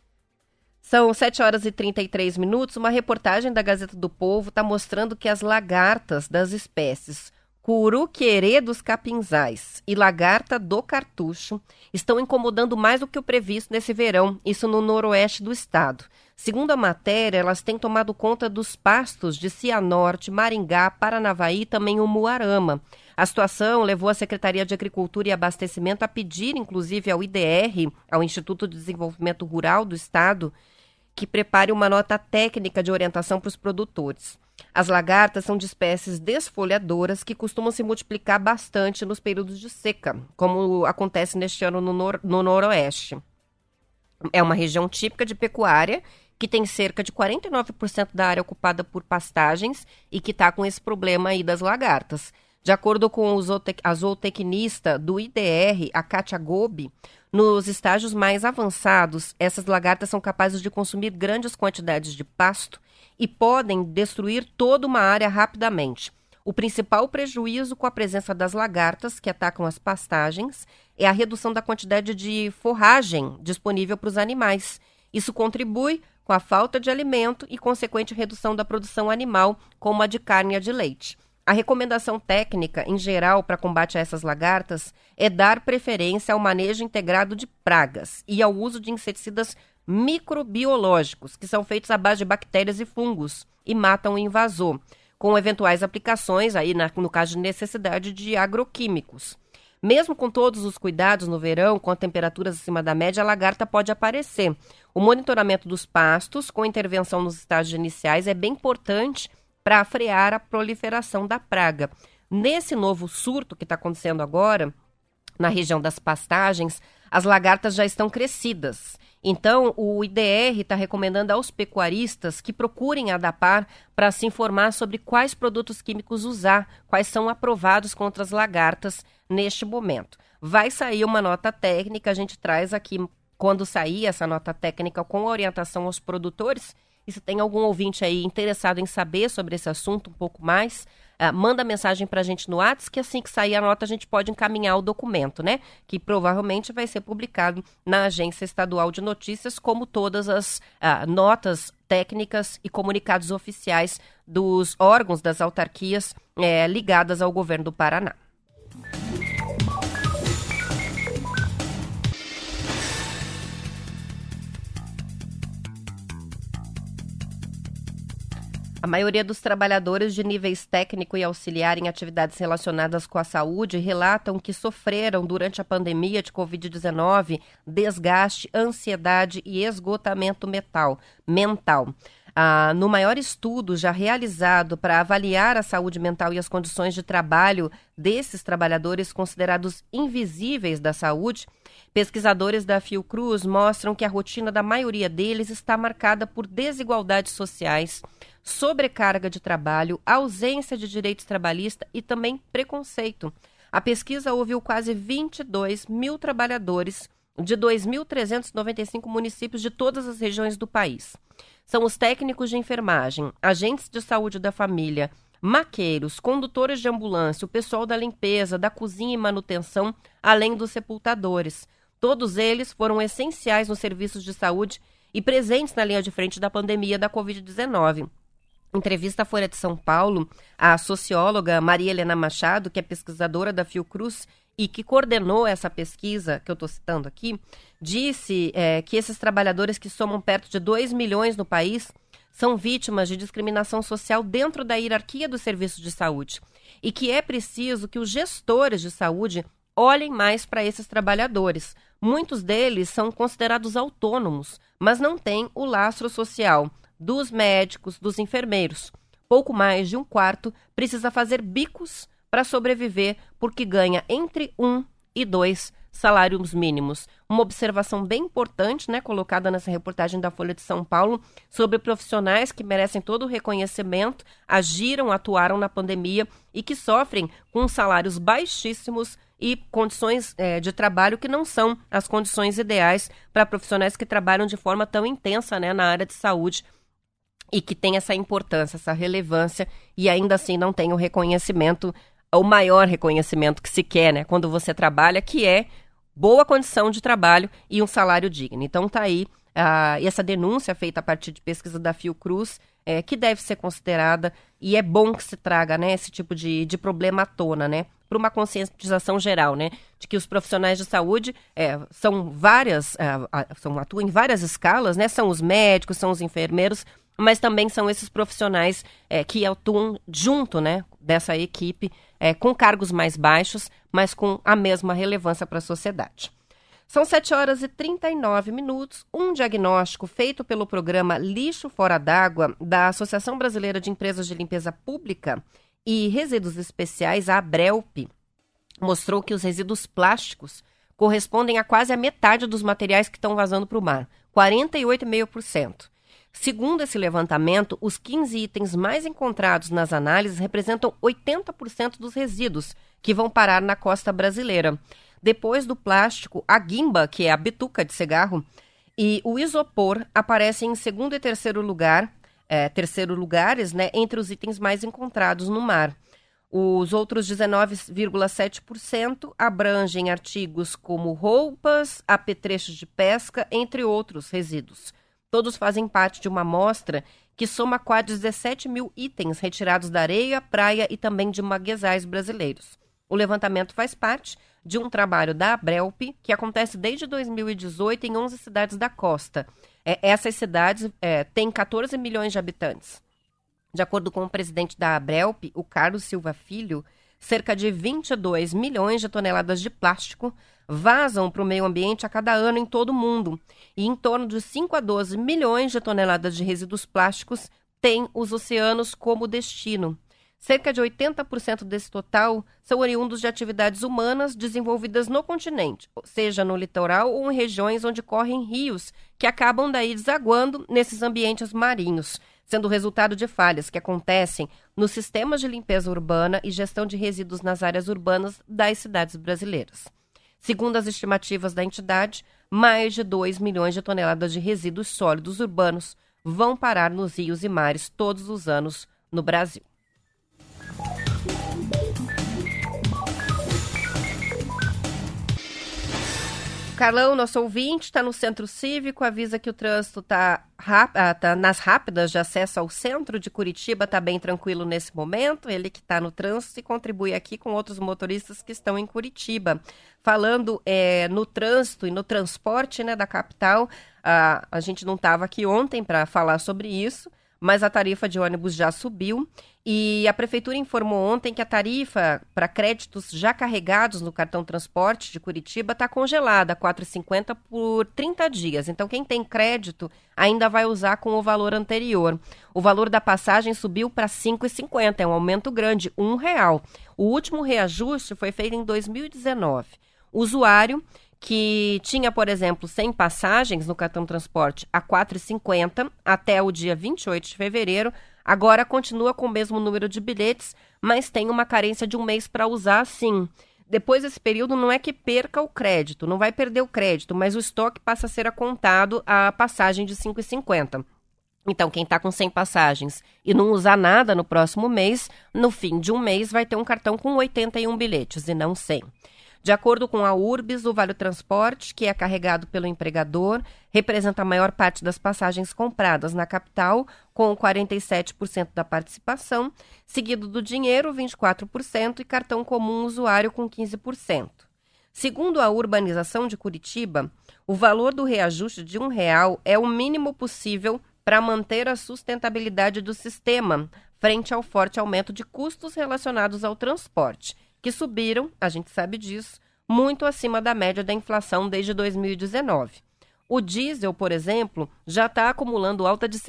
São 7 horas e 33 minutos, uma reportagem da Gazeta do Povo está mostrando que as lagartas das espécies curuquerê dos capinzais e lagarta do cartucho estão incomodando mais do que o previsto nesse verão, isso no noroeste do estado. Segundo a matéria, elas têm tomado conta dos pastos de Cianorte, Maringá, Paranavaí e também o Umuarama. A situação levou a Secretaria de Agricultura e Abastecimento a pedir, inclusive, ao IDR, ao Instituto de Desenvolvimento Rural do estado, que prepare uma nota técnica de orientação para os produtores. As lagartas são de espécies desfolhadoras que costumam se multiplicar bastante nos períodos de seca, como acontece neste ano no noroeste. É uma região típica de pecuária, que tem cerca de 49% da área ocupada por pastagens e que está com esse problema aí das lagartas. De acordo com a zootecnista do IDR, a Kátia Gobi, nos estágios mais avançados, essas lagartas são capazes de consumir grandes quantidades de pasto e podem destruir toda uma área rapidamente. O principal prejuízo com a presença das lagartas, que atacam as pastagens, é a redução da quantidade de forragem disponível para os animais. Isso contribui com a falta de alimento e consequente redução da produção animal, como a de carne e a de leite. A recomendação técnica, em geral, para combate a essas lagartas é dar preferência ao manejo integrado de pragas e ao uso de inseticidas microbiológicos, que são feitos à base de bactérias e fungos e matam o invasor, com eventuais aplicações, aí no caso de necessidade de agroquímicos. Mesmo com todos os cuidados no verão, com temperaturas acima da média, a lagarta pode aparecer. O monitoramento dos pastos, com intervenção nos estágios iniciais, é bem importante para frear a proliferação da praga. Nesse novo surto que está acontecendo agora, na região das pastagens, as lagartas já estão crescidas. Então, o IDR está recomendando aos pecuaristas que procurem a ADAPAR para se informar sobre quais produtos químicos usar, quais são aprovados contra as lagartas neste momento. Vai sair uma nota técnica, a gente traz aqui, quando sair essa nota técnica com orientação aos produtores. E se tem algum ouvinte aí interessado em saber sobre esse assunto um pouco mais, manda mensagem para a gente no WhatsApp, que assim que sair a nota a gente pode encaminhar o documento, né? Que provavelmente vai ser publicado na Agência Estadual de Notícias, como todas as notas técnicas e comunicados oficiais dos órgãos das autarquias ligadas ao governo do Paraná. A maioria dos trabalhadores de níveis técnico e auxiliar em atividades relacionadas com a saúde relatam que sofreram durante a pandemia de Covid-19 desgaste, ansiedade e esgotamento mental. No maior estudo já realizado para avaliar a saúde mental e as condições de trabalho desses trabalhadores considerados invisíveis da saúde, pesquisadores da Fiocruz mostram que a rotina da maioria deles está marcada por desigualdades sociais, sobrecarga de trabalho, ausência de direitos trabalhistas e também preconceito. A pesquisa ouviu quase 22 mil trabalhadores de 2.395 municípios de todas as regiões do país. São os técnicos de enfermagem, agentes de saúde da família, maqueiros, condutores de ambulância, o pessoal da limpeza, da cozinha e manutenção, além dos sepultadores. Todos eles foram essenciais nos serviços de saúde e presentes na linha de frente da pandemia da Covid-19. Entrevista à Folha de São Paulo, a socióloga Maria Helena Machado, que é pesquisadora da Fiocruz e que coordenou essa pesquisa que eu estou citando aqui, disse que esses trabalhadores, que somam perto de 2 milhões no país, são vítimas de discriminação social dentro da hierarquia dos serviços de saúde e que é preciso que os gestores de saúde olhem mais para esses trabalhadores. Muitos deles são considerados autônomos, mas não têm o lastro social dos médicos, dos enfermeiros. Pouco mais de um quarto precisa fazer bicos para sobreviver porque ganha entre 1 e 2 salários mínimos. Uma observação bem importante, né, colocada nessa reportagem da Folha de São Paulo, sobre profissionais que merecem todo o reconhecimento, agiram, atuaram na pandemia e que sofrem com salários baixíssimos e condições de trabalho que não são as condições ideais para profissionais que trabalham de forma tão intensa, né, na área de saúde e que tem essa importância, essa relevância e ainda assim não tem o reconhecimento, o maior reconhecimento que se quer, né, quando você trabalha, que é boa condição de trabalho e um salário digno. Então tá aí essa denúncia feita a partir de pesquisa da Fiocruz, que deve ser considerada e é bom que se traga, né, esse tipo de problema à tona, né, para uma conscientização geral, né, de que os profissionais de saúde são várias, atuam em várias escalas, né, são os médicos, são os enfermeiros, mas também são esses profissionais que atuam junto, né, dessa equipe, com cargos mais baixos, mas com a mesma relevância para a sociedade. São 7h39. Um diagnóstico feito pelo programa Lixo Fora d'Água da Associação Brasileira de Empresas de Limpeza Pública e Resíduos Especiais, a ABRELP, mostrou que os resíduos plásticos correspondem a quase a metade dos materiais que estão vazando para o mar, 48,5%. Segundo esse levantamento, os 15 itens mais encontrados nas análises representam 80% dos resíduos que vão parar na costa brasileira. Depois do plástico, a guimba, que é a bituca de cigarro, e o isopor aparecem em segundo e terceiro lugares, né, entre os itens mais encontrados no mar. Os outros 19,7% abrangem artigos como roupas, apetrechos de pesca, entre outros resíduos. Todos fazem parte de uma amostra que soma quase 17 mil itens retirados da areia, praia e também de manguezais brasileiros. O levantamento faz parte de um trabalho da ABRELP, que acontece desde 2018 em 11 cidades da costa. Essas cidades têm 14 milhões de habitantes. De acordo com o presidente da ABRELP, o Carlos Silva Filho, cerca de 22 milhões de toneladas de plástico vazam para o meio ambiente a cada ano em todo o mundo. E em torno de 5 a 12 milhões de toneladas de resíduos plásticos têm os oceanos como destino. Cerca de 80% desse total são oriundos de atividades humanas desenvolvidas no continente, seja no litoral ou em regiões onde correm rios, que acabam daí desaguando nesses ambientes marinhos, sendo resultado de falhas que acontecem nos sistemas de limpeza urbana e gestão de resíduos nas áreas urbanas das cidades brasileiras. Segundo as estimativas da entidade, mais de 2 milhões de toneladas de resíduos sólidos urbanos vão parar nos rios e mares todos os anos no Brasil. Carlão, nosso ouvinte, está no Centro Cívico, avisa que o trânsito está nas rápidas de acesso ao centro de Curitiba, está bem tranquilo nesse momento. Ele que está no trânsito e contribui aqui com outros motoristas que estão em Curitiba. Falando no trânsito e no transporte, né, da capital, a gente não estava aqui ontem para falar sobre isso, mas a tarifa de ônibus já subiu e a Prefeitura informou ontem que a tarifa para créditos já carregados no cartão transporte de Curitiba está congelada, R$ 4,50 por 30 dias. Então, quem tem crédito ainda vai usar com o valor anterior. O valor da passagem subiu para R$ 5,50, é um aumento grande, R$ 1,00. O último reajuste foi feito em 2019. O usuário que tinha, por exemplo, 100 passagens no cartão transporte a R$ 4,50 até o dia 28 de fevereiro, agora continua com o mesmo número de bilhetes, mas tem uma carência de um mês para usar, sim. Depois desse período, não é que perca o crédito, não vai perder o crédito, mas o estoque passa a ser acontado a passagem de R$ 5,50. Então, quem está com 100 passagens e não usar nada no próximo mês, no fim de um mês vai ter um cartão com 81 bilhetes e não 100. De acordo com a Urbis, o Vale Transporte, que é carregado pelo empregador, representa a maior parte das passagens compradas na capital, com 47% da participação, seguido do dinheiro, 24%, e cartão comum usuário, com 15%. Segundo a Urbanização de Curitiba, o valor do reajuste de R$ 1,00 é o mínimo possível para manter a sustentabilidade do sistema, frente ao forte aumento de custos relacionados ao transporte, que subiram, a gente sabe disso, muito acima da média da inflação desde 2019. O diesel, por exemplo, já está acumulando alta de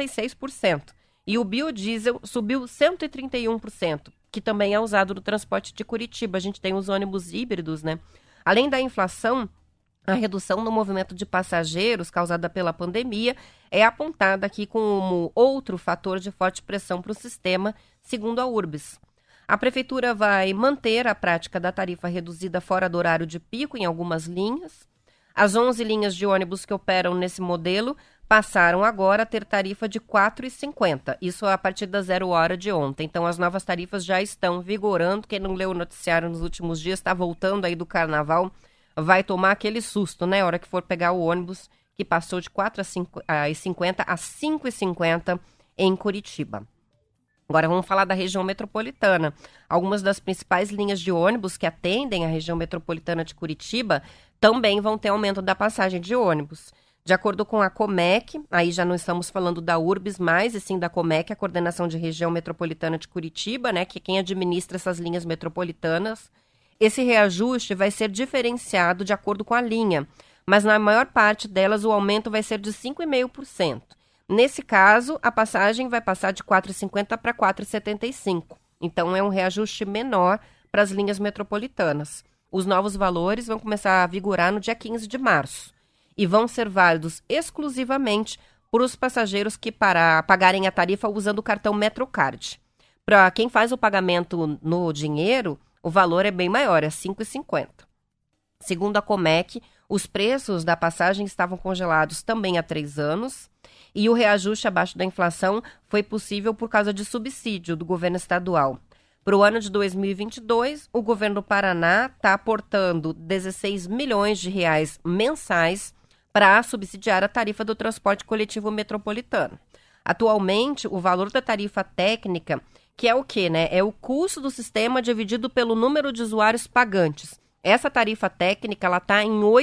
76%, e o biodiesel subiu 131%, que também é usado no transporte de Curitiba. A gente tem os ônibus híbridos, né? Além da inflação, a redução no movimento de passageiros causada pela pandemia é apontada aqui como outro fator de forte pressão para o sistema, segundo a Urbis. A Prefeitura vai manter a prática da tarifa reduzida fora do horário de pico em algumas linhas. As 11 linhas de ônibus que operam nesse modelo passaram agora a ter tarifa de R$ 4,50. Isso a partir da 0 hora de ontem. Então, as novas tarifas já estão vigorando. Quem não leu o noticiário nos últimos dias, está voltando aí do carnaval, vai tomar aquele susto, né? A hora que for pegar o ônibus, que passou de R$ 4,50 a R$ 5,50 em Curitiba. Agora vamos falar da região metropolitana. Algumas das principais linhas de ônibus que atendem a região metropolitana de Curitiba também vão ter aumento da passagem de ônibus. De acordo com a Comec, aí já não estamos falando da Urbis mais, e sim da Comec, a Coordenação de Região Metropolitana de Curitiba, né, que é quem administra essas linhas metropolitanas, esse reajuste vai ser diferenciado de acordo com a linha, mas na maior parte delas o aumento vai ser de 5,5%. Nesse caso, a passagem vai passar de R$ 4,50 para R$ 4,75. Então, é um reajuste menor para as linhas metropolitanas. Os novos valores vão começar a vigorar no dia 15 de março e vão ser válidos exclusivamente para os passageiros que pagarem a tarifa usando o cartão Metrocard. Para quem faz o pagamento no dinheiro, o valor é bem maior, é R$ 5,50. Segundo a Comec, os preços da passagem estavam congelados também há 3 anos e o reajuste abaixo da inflação foi possível por causa de subsídio do governo estadual. Para o ano de 2022, o governo do Paraná está aportando R$ 16 milhões mensais para subsidiar a tarifa do transporte coletivo metropolitano. Atualmente, o valor da tarifa técnica, que é o quê, né? É o custo do sistema dividido pelo número de usuários pagantes. Essa tarifa técnica está em R$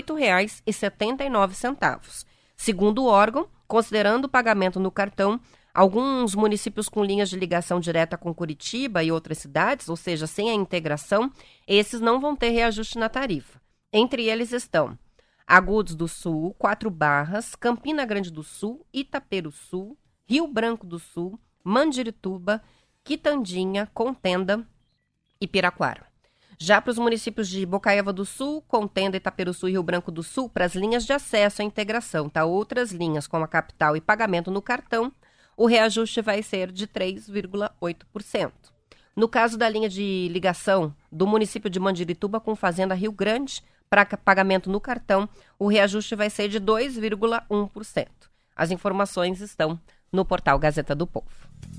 8,79. Segundo o órgão, considerando o pagamento no cartão, alguns municípios com linhas de ligação direta com Curitiba e outras cidades, ou seja, sem a integração, esses não vão ter reajuste na tarifa. Entre eles estão Agudos do Sul, 4 Barras, Campina Grande do Sul, Itaperuçu, Rio Branco do Sul, Mandirituba, Quitandinha, Contenda e Piraquara. Já para os municípios de Bocaíba do Sul, Contenda, Itaperuçu e Rio Branco do Sul, para as linhas de acesso à integração, tá? Outras linhas, como a capital e pagamento no cartão, o reajuste vai ser de 3,8%. No caso da linha de ligação do município de Mandirituba com Fazenda Rio Grande, para pagamento no cartão, o reajuste vai ser de 2,1%. As informações estão no portal Gazeta do Povo.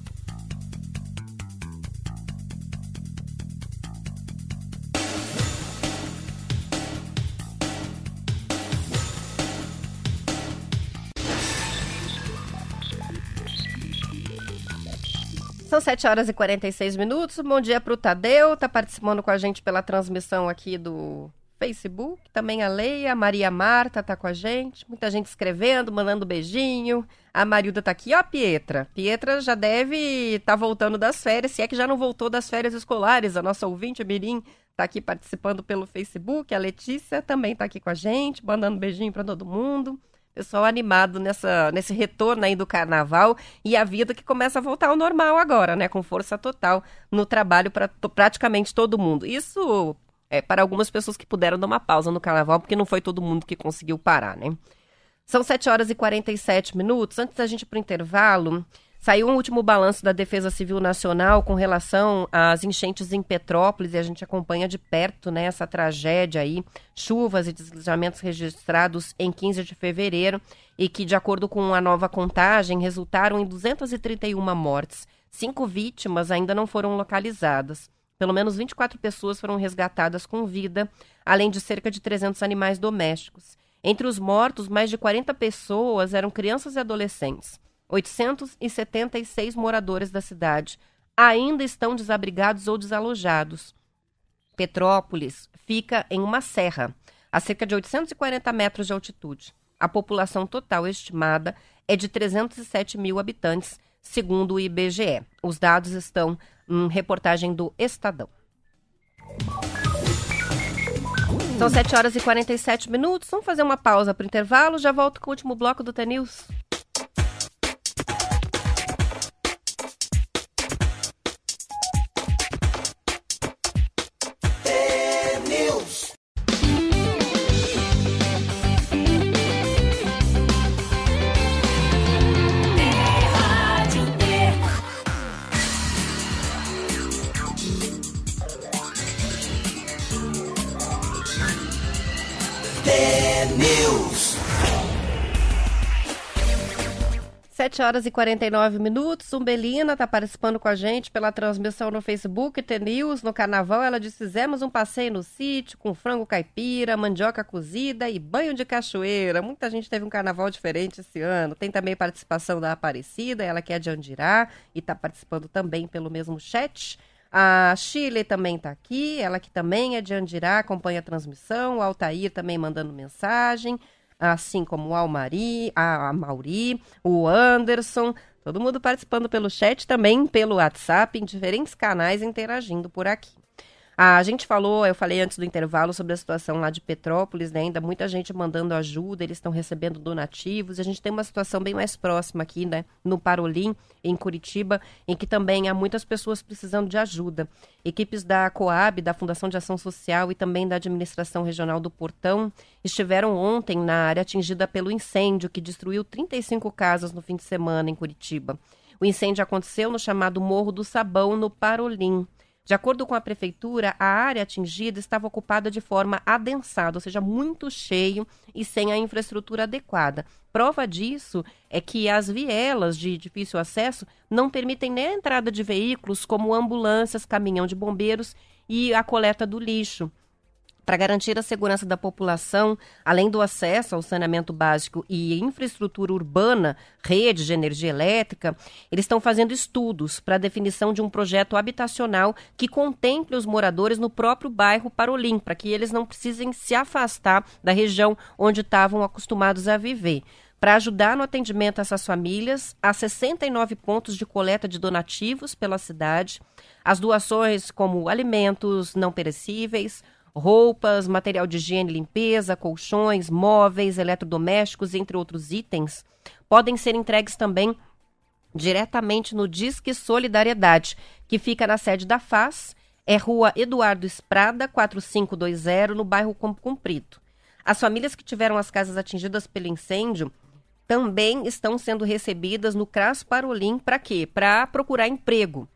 São 7 horas e 46 minutos. Bom dia para o Tadeu, está participando com a gente pela transmissão aqui do Facebook. Também a Leia, a Maria Marta está com a gente. Muita gente escrevendo, mandando beijinho. A Marilda está aqui. Ó, a Pietra. Pietra já deve estar voltando das férias, se é que já não voltou das férias escolares. A nossa ouvinte, a Mirim, está aqui participando pelo Facebook. A Letícia também está aqui com a gente, mandando beijinho para todo mundo. Pessoal animado nesse retorno aí do carnaval e a vida que começa a voltar ao normal agora, né? Com força total no trabalho para praticamente todo mundo. Isso é para algumas pessoas que puderam dar uma pausa no carnaval, porque não foi todo mundo que conseguiu parar, né? São 7 horas e 47 minutos. Antes da gente ir para o intervalo, saiu um último balanço da Defesa Civil Nacional com relação às enchentes em Petrópolis e a gente acompanha de perto, né, essa tragédia aí, chuvas e deslizamentos registrados em 15 de fevereiro e que, de acordo com a nova contagem, resultaram em 231 mortes. 5 vítimas ainda não foram localizadas. Pelo menos 24 pessoas foram resgatadas com vida, além de cerca de 300 animais domésticos. Entre os mortos, mais de 40 pessoas eram crianças e adolescentes. 876 moradores da cidade ainda estão desabrigados ou desalojados. Petrópolis fica em uma serra, a cerca de 840 metros de altitude. A população total estimada é de 307 mil habitantes, segundo o IBGE. Os dados estão em reportagem do Estadão. São 7 horas e 47 minutos. Vamos fazer uma pausa para o intervalo. Já volto com o último bloco do T-News. News. 7h49. Umbelina está participando com a gente pela transmissão no Facebook, T-News. No carnaval, ela disse: fizemos um passeio no sítio com frango caipira, mandioca cozida e banho de cachoeira. Muita gente teve um carnaval diferente esse ano. Tem também participação da Aparecida, ela que é de Andirá e está participando também pelo mesmo chat. A Shirley também está aqui, ela que também é de Andirá, acompanha a transmissão. O Altair também mandando mensagem, assim como o Mauri, o Anderson, todo mundo participando pelo chat, também pelo WhatsApp, em diferentes canais, interagindo por aqui. Eu falei antes do intervalo sobre a situação lá de Petrópolis, né? Ainda muita gente mandando ajuda, eles estão recebendo donativos. A gente tem uma situação bem mais próxima aqui, né? No Parolim, em Curitiba, em que também há muitas pessoas precisando de ajuda. Equipes da Coab, da Fundação de Ação Social e também da Administração Regional do Portão estiveram ontem na área atingida pelo incêndio que destruiu 35 casas no fim de semana em Curitiba. O incêndio aconteceu no chamado Morro do Sabão, no Parolim. De acordo com a prefeitura, a área atingida estava ocupada de forma adensada, ou seja, muito cheio e sem a infraestrutura adequada. Prova disso é que as vielas de difícil acesso não permitem nem a entrada de veículos como ambulâncias, caminhão de bombeiros e a coleta do lixo. Para garantir a segurança da população, além do acesso ao saneamento básico e infraestrutura urbana, rede de energia elétrica, eles estão fazendo estudos para a definição de um projeto habitacional que contemple os moradores no próprio bairro Parolim, para que eles não precisem se afastar da região onde estavam acostumados a viver. Para ajudar no atendimento a essas famílias, há 69 pontos de coleta de donativos pela cidade. As doações como alimentos não perecíveis, roupas, material de higiene e limpeza, colchões, móveis, eletrodomésticos, entre outros itens, podem ser entregues também diretamente no Disque Solidariedade, que fica na sede da FAS, é Rua Eduardo Esprada, 4520, no bairro Campo Comprido. As famílias que tiveram as casas atingidas pelo incêndio também estão sendo recebidas no CRAS Parolim. Para quê? Para procurar emprego.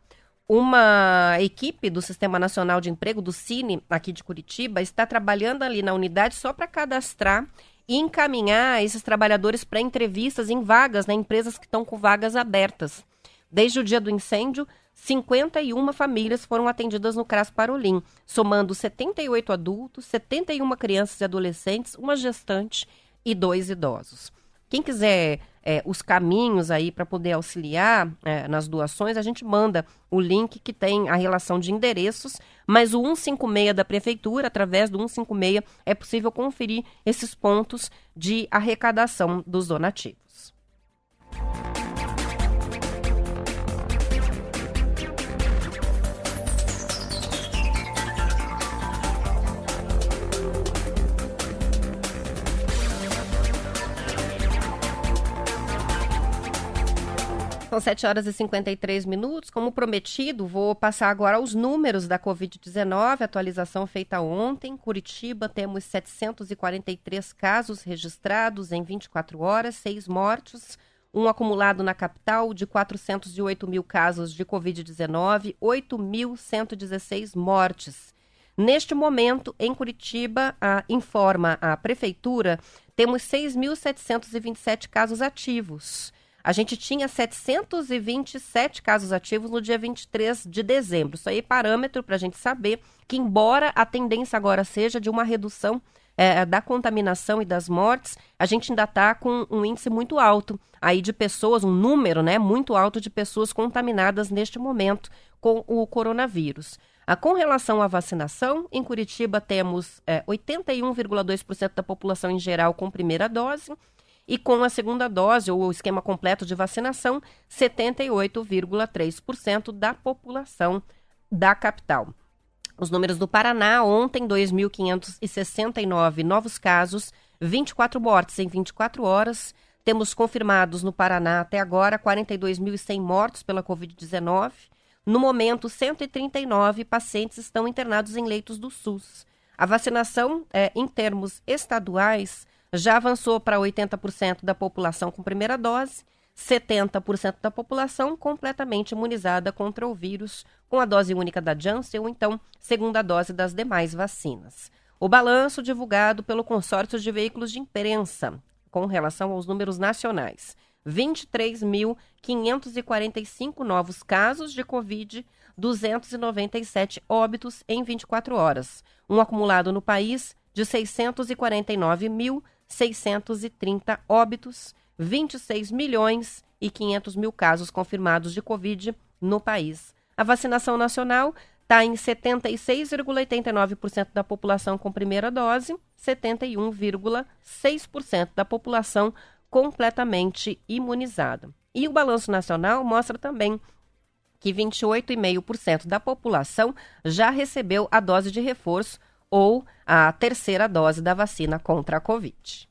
Uma equipe do Sistema Nacional de Emprego, do Cine, aqui de Curitiba, está trabalhando ali na unidade só para cadastrar e encaminhar esses trabalhadores para entrevistas em vagas, né, empresas que estão com vagas abertas. Desde o dia do incêndio, 51 famílias foram atendidas no CRAS Parolim, somando 78 adultos, 71 crianças e adolescentes, uma gestante e 2 idosos. Quem quiser os caminhos aí para poder auxiliar nas doações, a gente manda o link que tem a relação de endereços, mas o 156 da Prefeitura, através do 156, é possível conferir esses pontos de arrecadação dos donativos. São 7h53. Como prometido, vou passar agora os números da Covid-19, atualização feita ontem. Curitiba, temos 743 casos registrados em 24 horas, 6 mortes, um acumulado na capital de 408 mil casos de Covid-19, 8.116 mortes. Neste momento, em Curitiba, informa a Prefeitura, temos 6.727 casos ativos. A gente tinha 727 casos ativos no dia 23 de dezembro. Isso aí é parâmetro para a gente saber que, embora a tendência agora seja de uma redução da contaminação e das mortes, a gente ainda está com um índice muito alto aí de pessoas, um número, né, muito alto de pessoas contaminadas neste momento com o coronavírus. Com relação à vacinação, em Curitiba temos 81,2% da população em geral com primeira dose, e com a segunda dose, ou o esquema completo de vacinação, 78,3% da população da capital. Os números do Paraná, ontem, 2.569 novos casos, 24 mortes em 24 horas. Temos confirmados no Paraná, até agora, 42.100 mortos pela Covid-19. No momento, 139 pacientes estão internados em leitos do SUS. A vacinação, em termos estaduais, já avançou para 80% da população com primeira dose, 70% da população completamente imunizada contra o vírus, com a dose única da Janssen ou então segunda dose das demais vacinas. o balanço divulgado pelo consórcio de veículos de imprensa com relação aos números nacionais. 23.545 novos casos de Covid, 297 óbitos em 24 horas. Um acumulado no país de 649.630 óbitos, 26 milhões e 500 mil casos confirmados de Covid no país. A vacinação nacional está em 76,89% da população com primeira dose, 71,6% da população completamente imunizada. E o balanço nacional mostra também que 28,5% da população já recebeu a dose de reforço ou a terceira dose da vacina contra a Covid.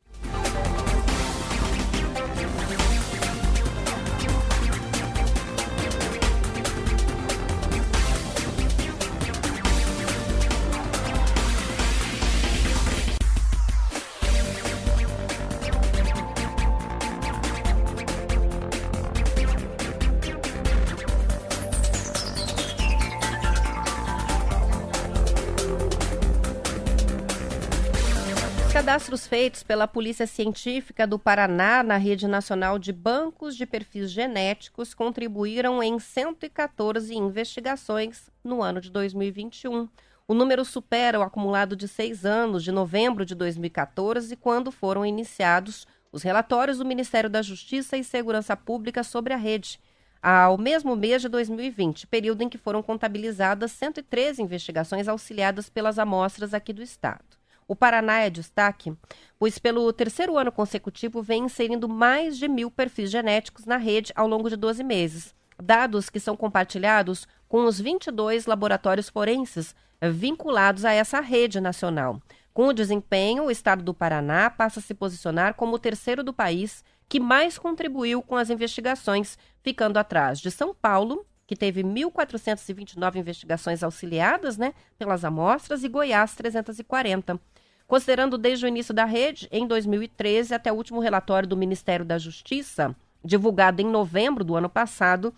Cadastros feitos pela Polícia Científica do Paraná na Rede Nacional de Bancos de Perfis Genéticos contribuíram em 114 investigações no ano de 2021. O número supera o acumulado de 6 anos, de novembro de 2014, quando foram iniciados os relatórios do Ministério da Justiça e Segurança Pública sobre a rede, ao mesmo mês de 2020, período em que foram contabilizadas 113 investigações auxiliadas pelas amostras aqui do estado. O Paraná é destaque, pois pelo terceiro ano consecutivo vem inserindo mais de 1.000 perfis genéticos na rede ao longo de 12 meses. Dados que são compartilhados com os 22 laboratórios forenses vinculados a essa rede nacional. Com o desempenho, o estado do Paraná passa a se posicionar como o terceiro do país que mais contribuiu com as investigações, ficando atrás de São Paulo, que teve 1.429 investigações auxiliadas, pelas amostras, e Goiás, 340. Considerando desde o início da rede, em 2013, até o último relatório do Ministério da Justiça, divulgado em novembro do ano passado,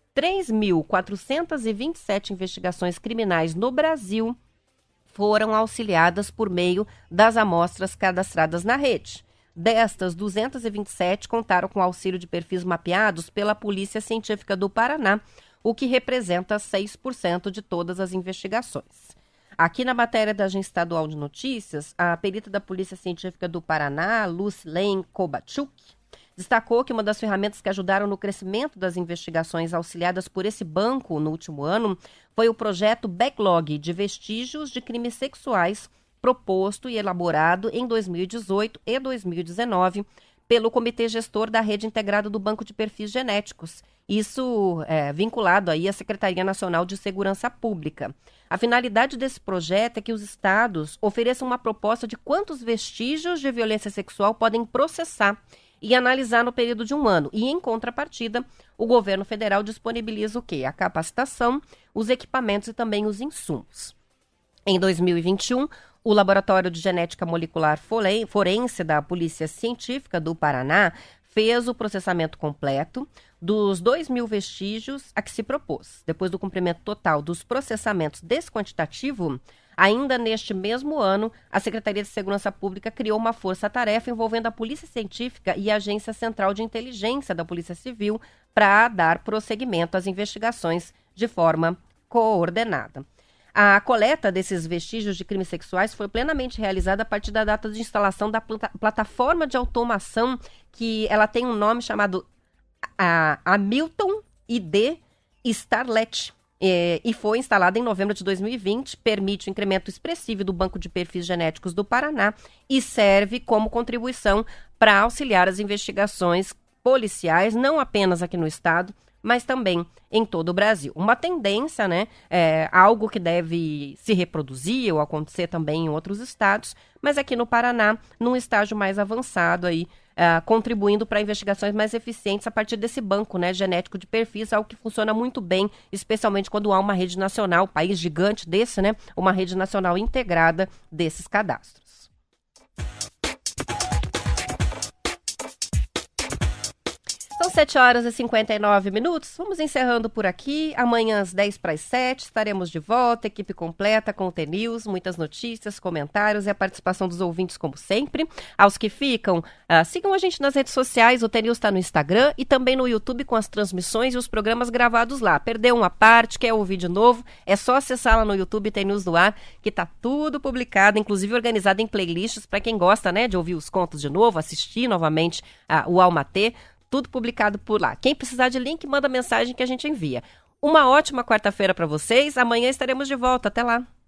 3.427 investigações criminais no Brasil foram auxiliadas por meio das amostras cadastradas na rede. Destas, 227 contaram com auxílio de perfis mapeados pela Polícia Científica do Paraná, o que representa 6% de todas as investigações. Aqui na matéria da Agência Estadual de Notícias, a perita da Polícia Científica do Paraná, Lucilene Kobachuk, destacou que uma das ferramentas que ajudaram no crescimento das investigações auxiliadas por esse banco no último ano foi o projeto Backlog de Vestígios de Crimes Sexuais, proposto e elaborado em 2018 e 2019 pelo Comitê Gestor da Rede Integrada do Banco de Perfis Genéticos, isso vinculado aí à Secretaria Nacional de Segurança Pública. A finalidade desse projeto é que os estados ofereçam uma proposta de quantos vestígios de violência sexual podem processar e analisar no período de um ano. E, em contrapartida, o governo federal disponibiliza o quê? A capacitação, os equipamentos e também os insumos. Em 2021, o Laboratório de Genética Molecular Forense da Polícia Científica do Paraná fez o processamento completo dos 2.000 vestígios a que se propôs. Depois do cumprimento total dos processamentos desse quantitativo, ainda neste mesmo ano, a Secretaria de Segurança Pública criou uma força-tarefa envolvendo a Polícia Científica e a Agência Central de Inteligência da Polícia Civil para dar prosseguimento às investigações de forma coordenada. A coleta desses vestígios de crimes sexuais foi plenamente realizada a partir da data de instalação da plataforma de automação, que ela tem um nome chamado Hamilton ID Starlet, e foi instalada em novembro de 2020, permite o incremento expressivo do Banco de Perfis Genéticos do Paraná e serve como contribuição para auxiliar as investigações policiais, não apenas aqui no estado, mas também em todo o Brasil. Uma tendência, algo que deve se reproduzir ou acontecer também em outros estados, mas aqui no Paraná, num estágio mais avançado aí, contribuindo para investigações mais eficientes a partir desse banco genético de perfis, algo que funciona muito bem, especialmente quando há uma rede nacional, país gigante desse, uma rede nacional integrada desses cadastros. São 7h59. Vamos encerrando por aqui. Amanhã às 6:50 estaremos de volta, equipe completa com o T-News, muitas notícias, comentários e a participação dos ouvintes como sempre. Aos que ficam, sigam a gente nas redes sociais, o T-News está no Instagram e também no YouTube com as transmissões e os programas gravados lá. Perdeu uma parte, quer ouvir de novo, é só acessar lá no YouTube T-News no ar, que tá tudo publicado, inclusive organizado em playlists para quem gosta, né, de ouvir os contos de novo, assistir novamente o Almatê. Tudo publicado por lá. Quem precisar de link, manda mensagem que a gente envia. Uma ótima quarta-feira para vocês. Amanhã estaremos de volta. Até lá.